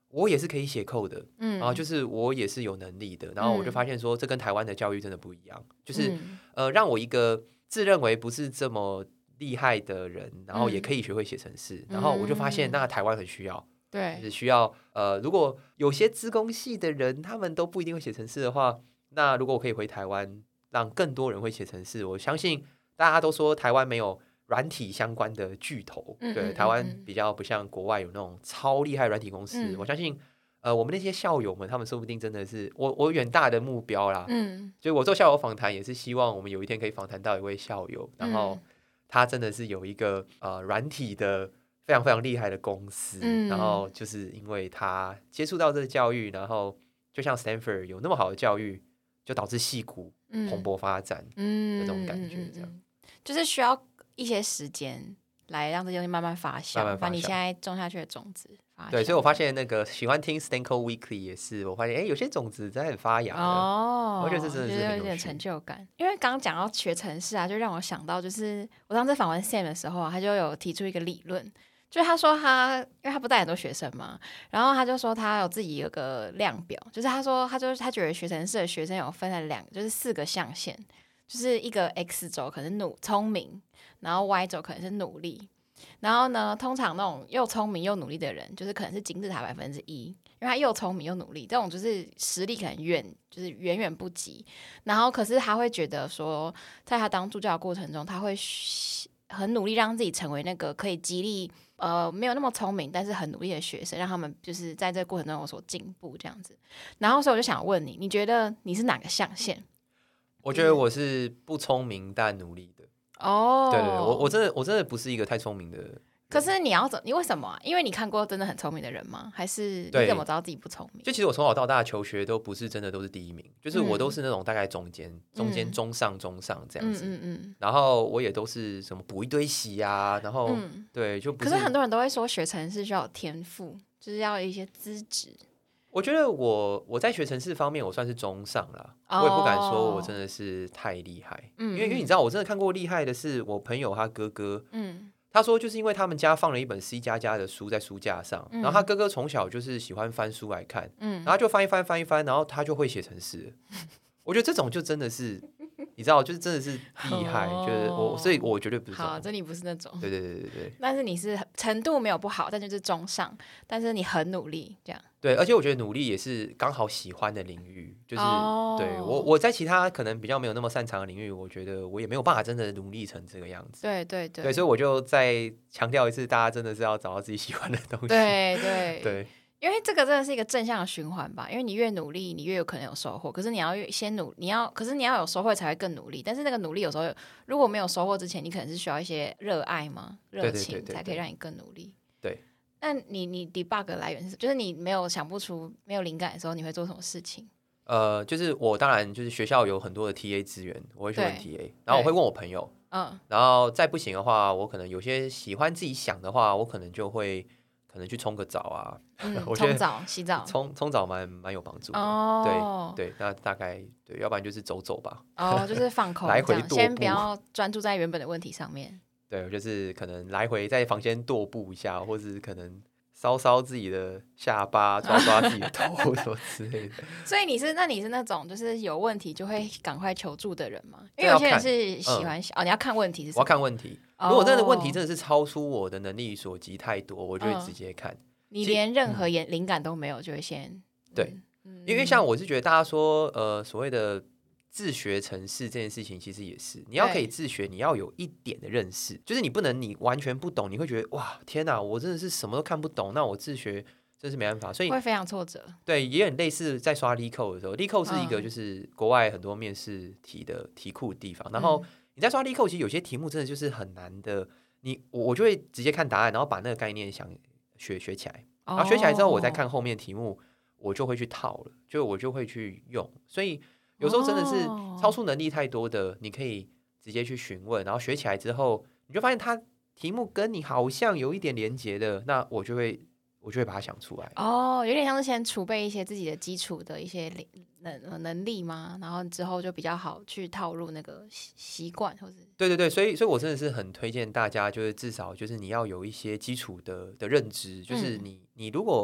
我也是可以写code的，然后就是我也是有能力的，然后我就发现说，这跟台湾的教育真的不一样，就是让我一个自认为不是这么厉害的人，然后也可以学会写程式，然后我就发现那台湾很需要， 对， 就是需要如果有些资工系的人他们都不一定会写程式的话，那如果我可以回台湾，让更多人会写程式，我相信大家都说台湾没有软体相关的巨头，对，台湾比较不像国外有那种超厉害软体公司，我相信我们那些校友们，他们说不定真的是我远大的目标啦，所以我做校友访谈也是希望我们有一天可以访谈到一位校友，然后他真的是有一个软体的非常非常厉害的公司，然后就是因为他接触到这个教育，然后就像 Stanford 有那么好的教育，就导致矽谷蓬勃发展的这种感觉，这样就是需要一些时间来让这些东西慢慢发酵，把你现在种下去的种子发酵。 对，所以我发现那个喜欢听 Stanco Weekly 也是，我发现有些种子在很发芽哦，我觉得这真的是很有点成就感。因为刚刚讲到学程式啊，就让我想到，就是我上次访问 Sam 的时候啊，他就有提出一个理论，就是他说因为他不带很多学生嘛，然后他就说他有自己有个量表，就是他说他觉得学程式的学生有分了就是4个象限。就是一个 X 轴可能是聪明，然后 Y 轴可能是努力，然后呢，通常那种又聪明又努力的人，就是可能是金字塔1%，因为他又聪明又努力，这种就是实力可能就是远远不及。然后可是他会觉得说，在他当助教的过程中，他会很努力让自己成为那个可以激励没有那么聪明但是很努力的学生，让他们就是在这个过程中有所进步这样子。然后所以我就想问你，你觉得你是哪个象限？ 我觉得我是不聪明但努力的哦。 对，我真的不是一个太聪明的人。 可是你为什么啊？因为你看过真的很聪明的人吗？还是你怎么知道自己不聪明？ 就其实我从小到大求学都不是真的都是第一名，就是我都是那种大概中间中上这样子。然后我也都是什么补一堆习啊，然后对就不是。 可是很多人都会说学程式需要有天赋，就是要有一些资质。 我觉得我在学程式方面我算是中上啦，我也不敢说我真的是太厉害，因为你知道我真的看过厉害的是我朋友他哥哥，他说就是因为他们家放了一本 C++ 的书在书架上，然后他哥哥从小就是喜欢翻书来看，然后就翻一翻，然后他就会写程式。我觉得这种就真的是你知道，就是真的是厉害，就是所以我绝对不是。 好，这里不是那种。 对。 但是你是程度没有不好，但就是中上，但是你很努力这样。 对，而且我觉得努力也是刚好喜欢的领域，就是对我在其他可能比较没有那么擅长的领域，我觉得我也没有办法真的努力成这个样子。 对， 所以我就再强调一次，大家真的是要找到自己喜欢的东西。 对。因为这个真的是一个正向的循环吧，因为你越努力，你越有可能有收获。可是你要先可是你要有收获才会更努力。但是那个努力有时候如果没有收获之前，你可能是需要一些热爱吗？热情才可以让你更努力。 对。 那你 debug 来源是什么？就是你想不出没有灵感的时候，你会做什么事情？ 就是我当然就是学校有很多的 TA 资源，我会去问 TA， 然后我会问我朋友，然后再不行的话，我可能有些喜欢自己想的话，我可能就会去冲个澡啊，我觉得冲澡、洗澡、 冲澡蛮有帮助的。对，那大概对，要不然就是走走吧。 就是放空， 来回踱步， 先不要专注在原本的问题上面。 对，我就是可能来回在房间踱步一下，或是可能搔自己的下巴，抓自己的头什么之类的。 所以你是那种就是有问题就会赶快求助的人吗？因为有些人是喜欢你要看问题是什么？ 我要看问题。如果真的问题真的是超出我的能力所及太多，我就会直接看。 你连任何灵感都没有，就会先对，因为像我是觉得大家说所谓的自学程式这件事情，其实也是你要可以自学，你要有一点的认识，就是你不能你完全不懂，你会觉得哇天哪，我真的是什么都看不懂，那我自学真是没办法，所以会非常挫折。 对，也很类似在刷 LeetCode 的时候，LeetCode 是一个就是国外很多面试题的题库的地方，然后你在刷 LeetCode，其实有些题目真的就是很难的，我就会直接看答案，然后把那个概念学起来，然后学起来之后，我再看后面题目，我就会去套了，我就会去用，所以有时候真的是超出能力太多的，你可以直接去询问，然后学起来之后，你就发现它题目跟你好像有一点连结的，那我就会把它想出来。 有点像是先储备一些自己的基础的一些能力嘛，然后之后就比较好去套入那个习惯，或者对，所以我真的是很推荐大家，就是至少就是你要有一些基础的认知，就是你如果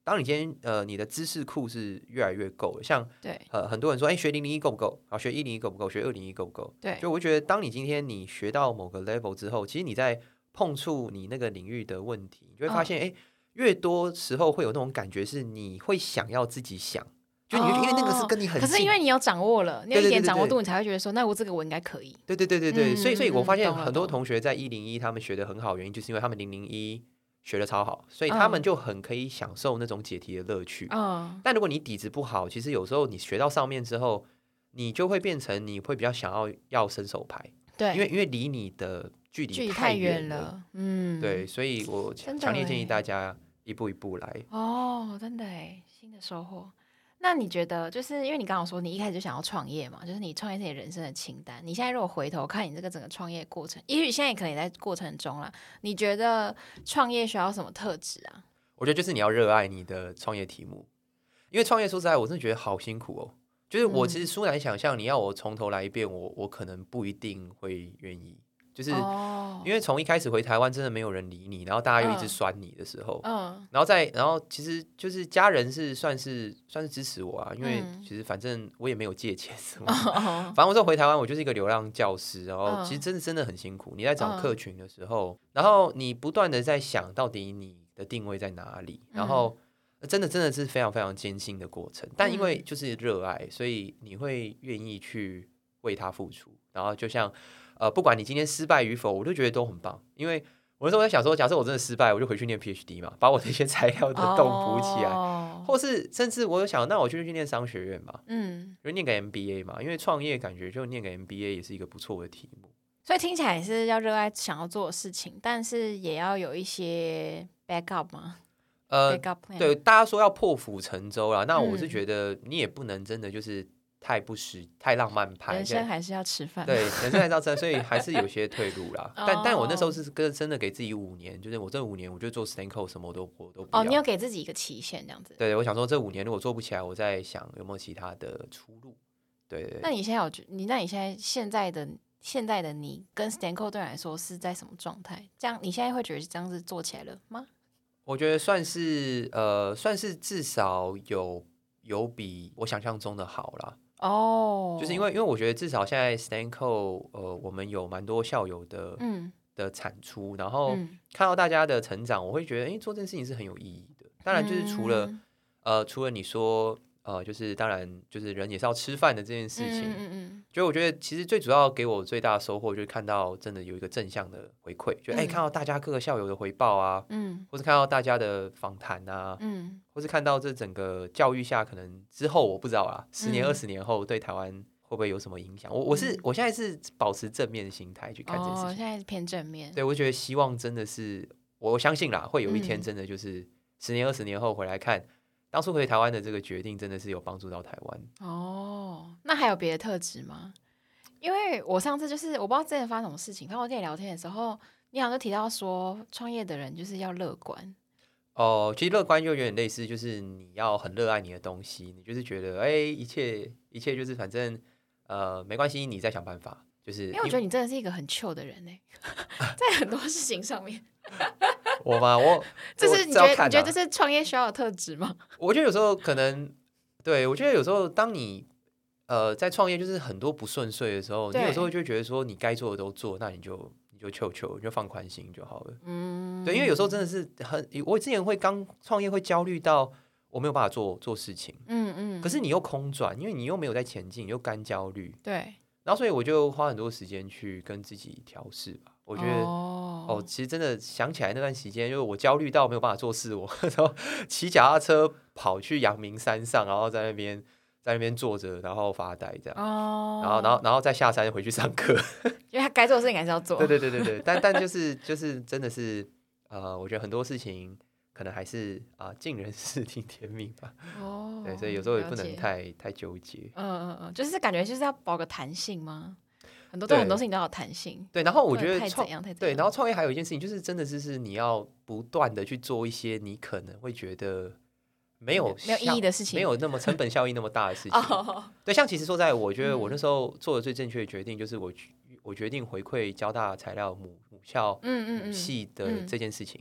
当你今天你的知识库是越来越够的，像对很多人说，学001够不够？好，学101够不够？学201够不够？ 对， 就我觉得，当你今天你学到某个 level 之后，其实你在碰触你那个领域的问题，你就会发现，越多时候会有那种感觉，是你会想要自己想，就你因为那个是跟你很近， 可是因为你有掌握了，你有一点掌握度，你才会觉得说，那我这个我应该可以。 对，所以我发现很多同同学在101他们学的很好，原因就是因为他们001学的超好，所以他们就很可以享受那种解题的乐趣。但如果你底子不好，其实有时候你学到上面之后，你就会变成你会比较想要伸手牌， 对， 因为离你的距离太远了。 对，所以我强烈建议大家一步一步来。 真的耶，新的收获。那你觉得，就是因为你刚刚说你一开始就想要创业嘛，就是你创业是你人生的清单。你现在如果回头看你这个整个创业过程，也许现在也可能也在过程中啦，你觉得创业需要什么特质啊？ 我觉得就是你要热爱你的创业题目，因为创业说实在，我真的觉得好辛苦哦。就是我其实殊难想象，你要我从头来一遍，我可能不一定会愿意。就是因为从一开始回台湾真的没有人理你，然后大家又一直酸你的时候，然后其实就是家人是算是支持我啊，因为其实反正我也没有借钱什么，反正我说回台湾我就是一个流浪教师，然后其实真的很辛苦。你在找客群的时候，然后你不断的在想到底你的定位在哪里，然后真的是非常非常艰辛的过程。但因为就是热爱，所以你会愿意去为它付出，然后就像。不管你今天失败与否，我都觉得都很棒。因为我那时候在想说，假设我真的失败，我就回去念 PhD 嘛，把我那些材料的洞补起来，或是甚至我有想，那我就去念商学院嘛，就念个 MBA 嘛，因为创业感觉就念个 MBA 也是一个不错的题目。 所以听起来是要热爱想要做的事情，但是也要有一些 backup 吗？backup plan？ 对，大家说要破釜沉舟啦，那我是觉得你也不能真的就是太不实、太浪漫派， 人生还是要吃饭。 对，人生还是要吃饭，所以还是有些退路啦。但我那时候是真的给自己5年，就是我这5年我就做 stanCode 什么我都不要。 你有给自己一个期限这样子？ 对，我想说这5年如果做不起来，我在想有没有其他的出路。对。 那你现在现在的你跟 stanCode 对你来说是在什么状态？这样你现在会觉得这样子做起来了吗？ 我觉得算是至少有比我想象中的好啦。就是因为我觉得至少现在 stanCode 我们有蛮多校友的产出，然后看到大家的成长，我会觉得做这件事情是很有意义的。当然就是除了你说就是当然就是人也是要吃饭的这件事情，就我觉得其实最主要给我最大的收获就是看到真的有一个正向的回馈，就看到大家各个校友的回报啊，或是看到大家的访谈啊，或是看到这整个教育下可能之后我不知道啦，10年20年后对台湾会不会有什么影响？我现在是保持正面的心态去看这件事情。 现在是偏正面。 对，我觉得希望真的是我相信啦，会有一天真的就是10年20年后回来看。当初回台湾的这个决定真的是有帮助到台湾。 那还有别的特质吗？因为我上次就是我不知道之前发生什么事情，反正我跟你聊天的时候，你好像就提到说创业的人就是要乐观。 其实乐观就有点类似，就是你要很热爱你的东西，你就是觉得一切就是反正没关系，你再想办法。就是因为我觉得你真的是一个很chill的人在很多事情上面。 我吗？ 就是你觉得这是创业需要的特质吗？我觉得有时候可能，对，我觉得有时候当你在创业就是很多不顺遂的时候，你有时候就觉得说你该做的都做，那你就你就放宽心就好了。对，因为有时候真的是我之前会刚创业会焦虑到我没有办法做事情，可是你又空转，因为你又没有在前进，你又干焦虑， 对。 然后所以我就花很多时间去跟自己调试吧。我觉得其实真的想起来那段时间，就是我焦虑到没有办法做事，我然后骑脚踏车跑去阳明山上，然后在那边坐着，然后发呆这样。然后再下山回去上课。 因为他该做的事情还是要做。 对，但就是真的是我觉得很多事情可能还是尽人事听天命吧。对，所以有时候也不能太纠结。 就是感觉就是要保个弹性吗？很多事情都要弹性。 对，然后我觉得对， 然后创业还有一件事情就是真的是你要不断的去做一些你可能会觉得没有意义的事情， 没有那么成本效益那么大的事情。对，像其实说在我觉得我那时候做的最正确的决定就是我决定回馈交大材料母校母系的这件事情。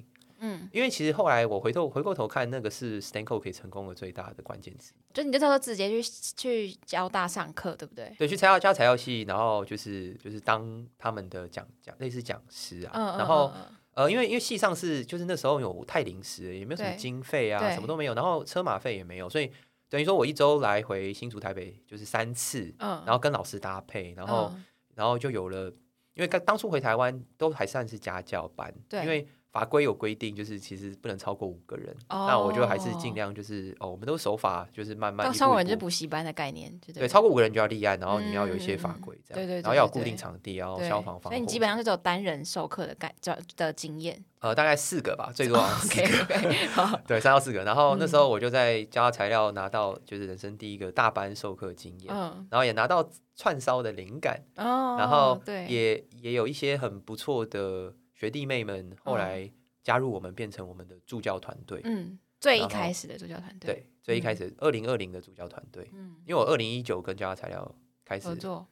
因为其实后来我回过头看，那个是 stanCode 可以成功的最大的关键之一。 就你就到时候直接去交大上课，对不对？ 对，去教材料系，然后就是当他们的类似讲师啊，然后因为系上是就是那时候有太临时了，也没有什么经费啊，什么都没有，然后车马费也没有，所以等于说我一周来回新竹台北就是3次，然后跟老师搭配，然后就有了，因为当初回台湾都还算是家教班，因为法规有规定，就是其实不能超过5个人，那我就还是尽量就是我们都守法，就是慢慢一步一步。 稍微就是补习班的概念， 对，超过5个人就要立案，然后你要有一些法规这样， 对， 然后要有固定场地，然后消防防火， 所以你基本上是只有单人授课的经验。 大概4个吧，最多4个。 Okay. 对，3到4个。然后那时候我就在教材料拿到就是人生第一个大班授课经验，然后也拿到串烧的灵感，然后也有一些很不错的学弟妹们后来加入我们，变成我们的助教团队。 最一开始的助教团队。 对，最一开始2020的助教团队。因为我2019跟教材料开始合作。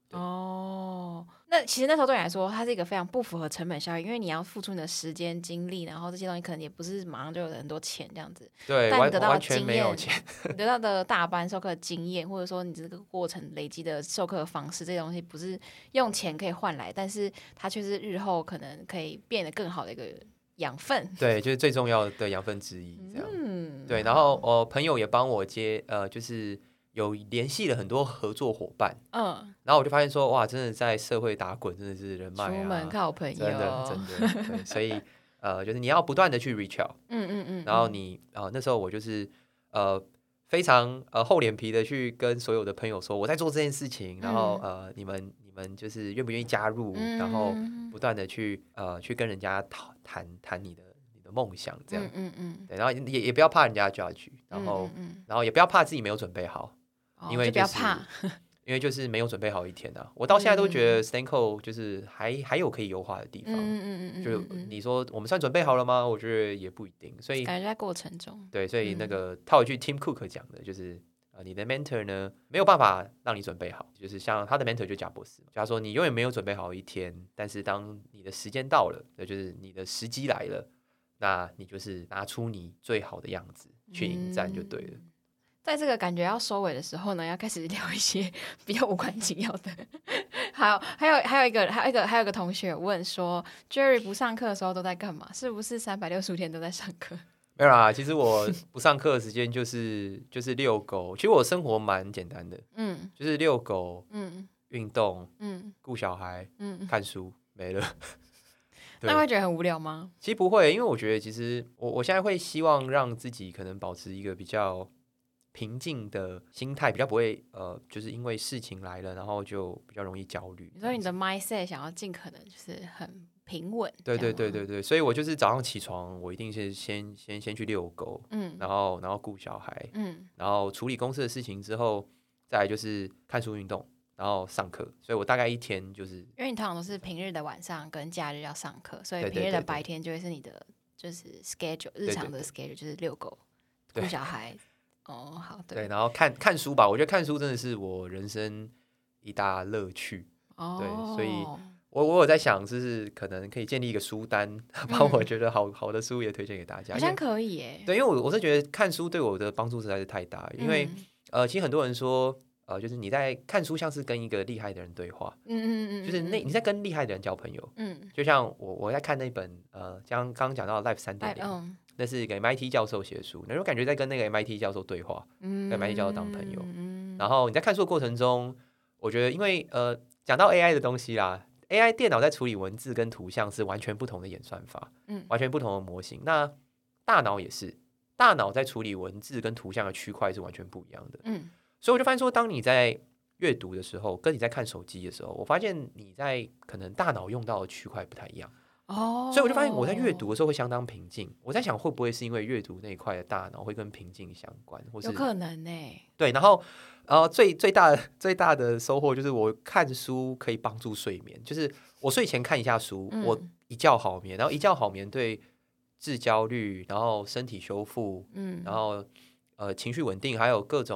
那其实那时候对你来说，它是一个非常不符合成本效益，因为你要付出你的时间、精力，然后这些东西可能也不是马上就有很多钱这样子。 对， 但你得到的完全没有钱， 你得到的大班授课经验，或者说你这个过程累积的授课方式，这些东西不是用钱可以换来，但是它却是日后可能可以变得更好的一个养分。 对，就是最重要的养分之一。这样，对。然后朋友也帮我就是有联系了很多合作伙伴，然后我就发现说，哇，真的在社会打滚，真的是人脉啊， 出门靠朋友， 真的，对，所以就是你要不断的去 reach out，然后你那时候我就是非常厚脸皮的去跟所有的朋友说我在做这件事情，然后你们就是愿不愿意加入，然后不断的去跟人家谈你的梦想，这样，对，然后也不要怕人家 judge，然后也不要怕自己没有准备好。因为就不要怕， 因为就是没有准备好一天啊。我到现在都觉得 stanCode 就是还有可以优化的地方。就你说我们算准备好了吗？我觉得也不一定，所以感觉在过程中。 对，所以那个套一句 Tim Cook 讲的，就是你的 mentor 呢没有办法让你准备好，就是像他的 mentor 就贾博士，他说你永远没有准备好一天，但是当你的时间到了，那就是你的时机来了，那你就是拿出你最好的样子去迎战就对了。 在这个感觉要收尾的时候呢，要开始聊一些比较无关紧要的。还有一个同学问说 ，Jerry 不上课的时候都在干嘛？是不是365天都在上课？ 没有啦，其实我不上课的时间就是遛狗。其实我生活蛮简单的，就是遛狗，运动，顾小孩，看书，没了。 那会觉得很无聊吗？ 其实不会，因为我觉得其实我现在会希望让自己可能保持一个比较平静的心态，比较不会就是因为事情来了，然后就比较容易焦虑。 所以你的 mindset 想要尽可能就是很平稳。 对，所以我就是早上起床，我一定是先去遛狗，然后顾小孩，然后处理公司的事情之后，再来就是看书、运动，然后上课。所以我大概一天就是， 因为你通常都是平日的晚上跟假日要上课，所以平日的白天就会是你的就是 schedule 日常的 schedule，就是遛狗、顾小孩。好， 对，然后看书吧，我觉得看书真的是我人生一大乐趣。对，所以我有在想，就是可能可以建立一个书单，把我觉得好的书也推荐给大家。 好像可以耶。 对，因为我是觉得看书对我的帮助实在是太大，因为其实很多人说，就是你在看书像是跟一个厉害的人对话，就是你在跟厉害的人交朋友，就像我在看那本刚刚讲到 Life 3.0。那是一个 MIT 教授写的书，那就感觉在跟那个 MIT 教授对话，跟 MIT 教授当朋友。然后你在看书的过程中，我觉得因为讲到 AI 的东西啦 ，AI 电脑在处理文字跟图像是完全不同的演算法，完全不同的模型。那大脑也是，大脑在处理文字跟图像的区块是完全不一样的。所以我就发现说，当你在阅读的时候，跟你在看手机的时候，我发现你在可能大脑用到的区块不太一样。所以我就发现我在阅读的时候会相当平静。我在想会不会是因为阅读那一块的大脑会跟平静相关，或是有可能呢？ 对，然后最大的收获就是我看书可以帮助睡眠，就是我睡前看一下书，我一觉好眠，然后一觉好眠对治焦虑，然后身体修复，然后情绪稳定，还有各种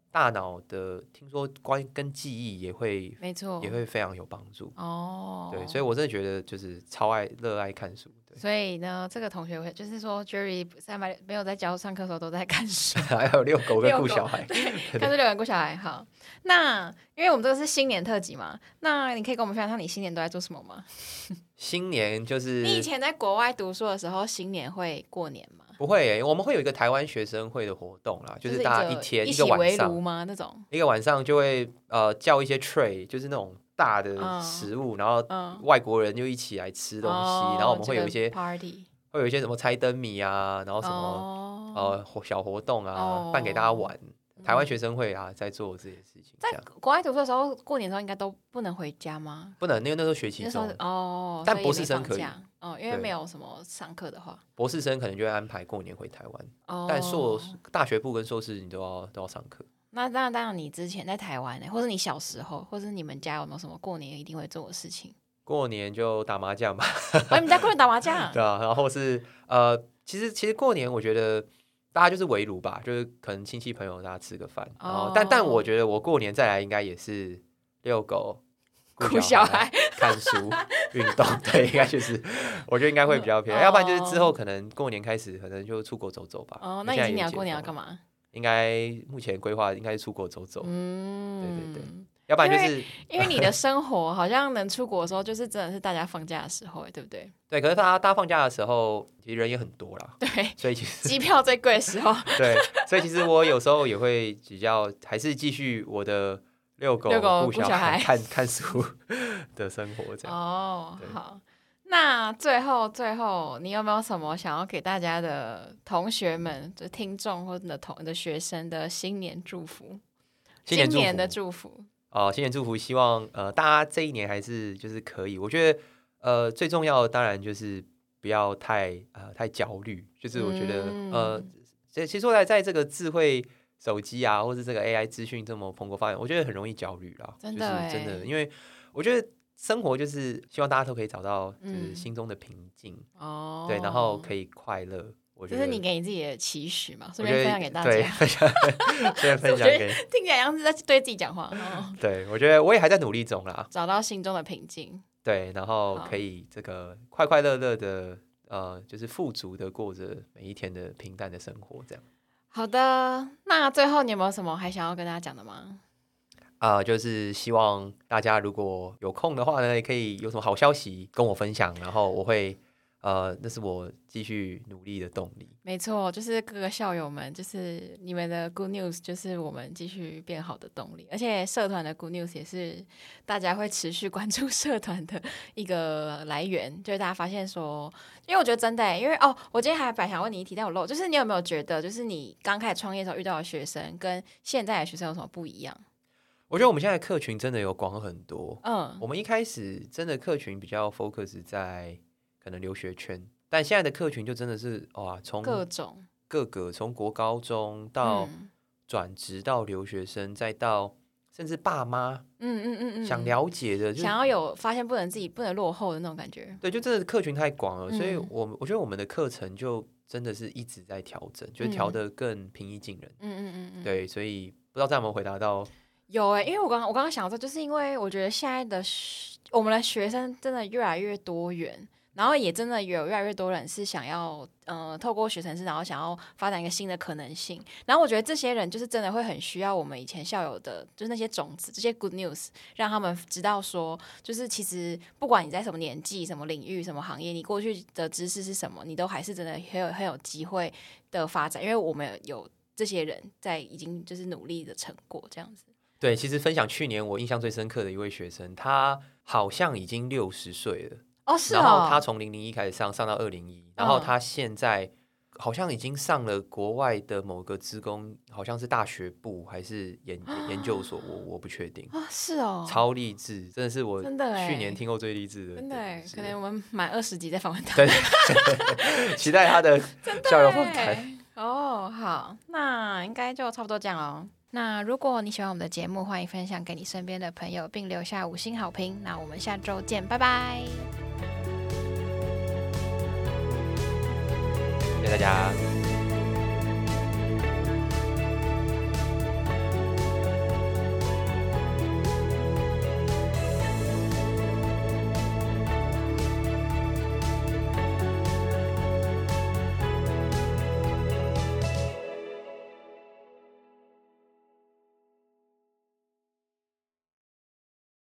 大脑的听说跟记忆也会， 没错， 也会非常有帮助哦。 对，所以我真的觉得就是热爱看书。 所以呢，这个同学会就是说 ，Jerry 没有在上课的时候都在看书， 还有遛狗跟顾小孩， 看书遛狗顾小孩。好，那因为我们这个是新年特辑嘛，那你可以跟我们分享一下你新年都在做什么吗？ 新年就是你以前在国外读书的时候，新年会过年吗？ 不会我们会有一个台湾学生会的活动啦，就是大家一起个晚上吗？那种一个晚上就会叫一些 tray， 就是那种大的食物，然后外国人就一起来吃东西，然后我们会有一些 party， 会有一些什么猜灯谜啊，然后什么小活动啊，办给大家玩。台湾学生会啊，在做这些事情。 在国外读书的时候，过年的时候应该都不能回家吗？ 不能，因为那时候学期中但博士生可以因为没有什么上课的话， 博士生可能就会安排过年回台湾。但大学部跟硕士你都要上课。 那当然，你之前在台湾或者你小时候，或者你们家有没有什么过年一定会做的事情？ 过年就打麻将吧。 你们家过年打麻将？ 对啊，然后是其实过年我觉得大家就是围炉吧，就是可能亲戚朋友大家吃个饭，然后但我觉得我过年再来应该也是遛狗、顾小孩、看书、运动，对，应该就是我觉得应该会比较偏，要不然就是之后可能过年开始可能就出国走走吧。 那你今年过年要干嘛？ 应该目前规划应该是出国走走。对对对。要不然就是因为你的生活好像能出国的时候，就是真的是大家放假的时候，对不对？ 对，可是大家放假的时候，其实人也很多啦。 对， 所以其实机票最贵的时候。 对，所以其实我有时候也会比较，还是继续我的遛狗、顾小孩、看书的生活这样。 好。那最后，你有没有什么想要给大家的同学们、就听众或者你的学生的新年祝福？新年的祝福。 新年祝福，希望大家这一年还是就是可以。我觉得最重要的当然就是不要太焦虑。就是我觉得其实说在这个智慧手机啊，或是这个 AI 资讯这么蓬勃发展，我觉得很容易焦虑啦。 真的， 就是真的，因为我觉得生活就是希望大家都可以找到就是心中的平静。对，然后可以快乐。 这是你给你自己的期许嘛？顺便分享给大家。 对，分享给听起来像是在对自己讲话。 对，我觉得我也还在努力中啦， 找到心中的平静。 对，然后可以这个快快乐乐的就是富足的过着每一天的平淡的生活，这样。 好的，那最后你有没有什么还想要跟大家讲的吗？ 就是希望大家如果有空的话呢，也可以有什么好消息跟我分享，然后我会那是我继续努力的动力。 没错，就是各个校友们，就是你们的 good news 就是我们继续变好的动力，而且社团的 good news 也是大家会持续关注社团的一个来源，就是大家发现说，因为我觉得真的因为我今天还本来想问你一题，但我漏，就是你有没有觉得就是你刚开始创业的时候遇到的学生跟现在的学生有什么不一样？ 我觉得我们现在的客群真的有广很多。我们一开始真的客群比较 focus 在可能留学圈，但现在的客群就真的是从各个从国高中到转职到留学生，再到甚至爸妈，想了解的， 想要有发现自己不能落后的那种感觉。 对，就真的客群太广了，所以我觉得我们的课程就真的是一直在调整，就是调得更平易近人。对，所以不知道这样有没有回答到。 有因为我刚刚想到，就是因为我觉得现在的我们的学生真的越来越多元，然后也真的有越来越多人是想要透过学程式，然后想要发展一个新的可能性。然后我觉得这些人就是真的会很需要我们以前校友的，就是那些种子，这些 good news， 让他们知道说，就是其实不管你在什么年纪、什么领域、什么行业，你过去的知识是什么，你都还是真的很有机会的发展，因为我们有这些人在已经就是努力的成果这样子。 对，其实分享去年我印象最深刻的一位学生，他好像已经60岁了。 是然后他从001开始上到201，然后他现在好像已经上了国外的某个资工，好像是大学部还是研究所，我不确定。 是超励志，真的是我真的去年听过最励志的。 真的可能我们满20集再访问他。 对，期待他的校友访谈。 好，那应该就差不多这样哦。那如果你喜欢我们的节目，欢迎分享给你身边的朋友，并留下5星好评。那我们下周见，拜拜！ 谢谢大家。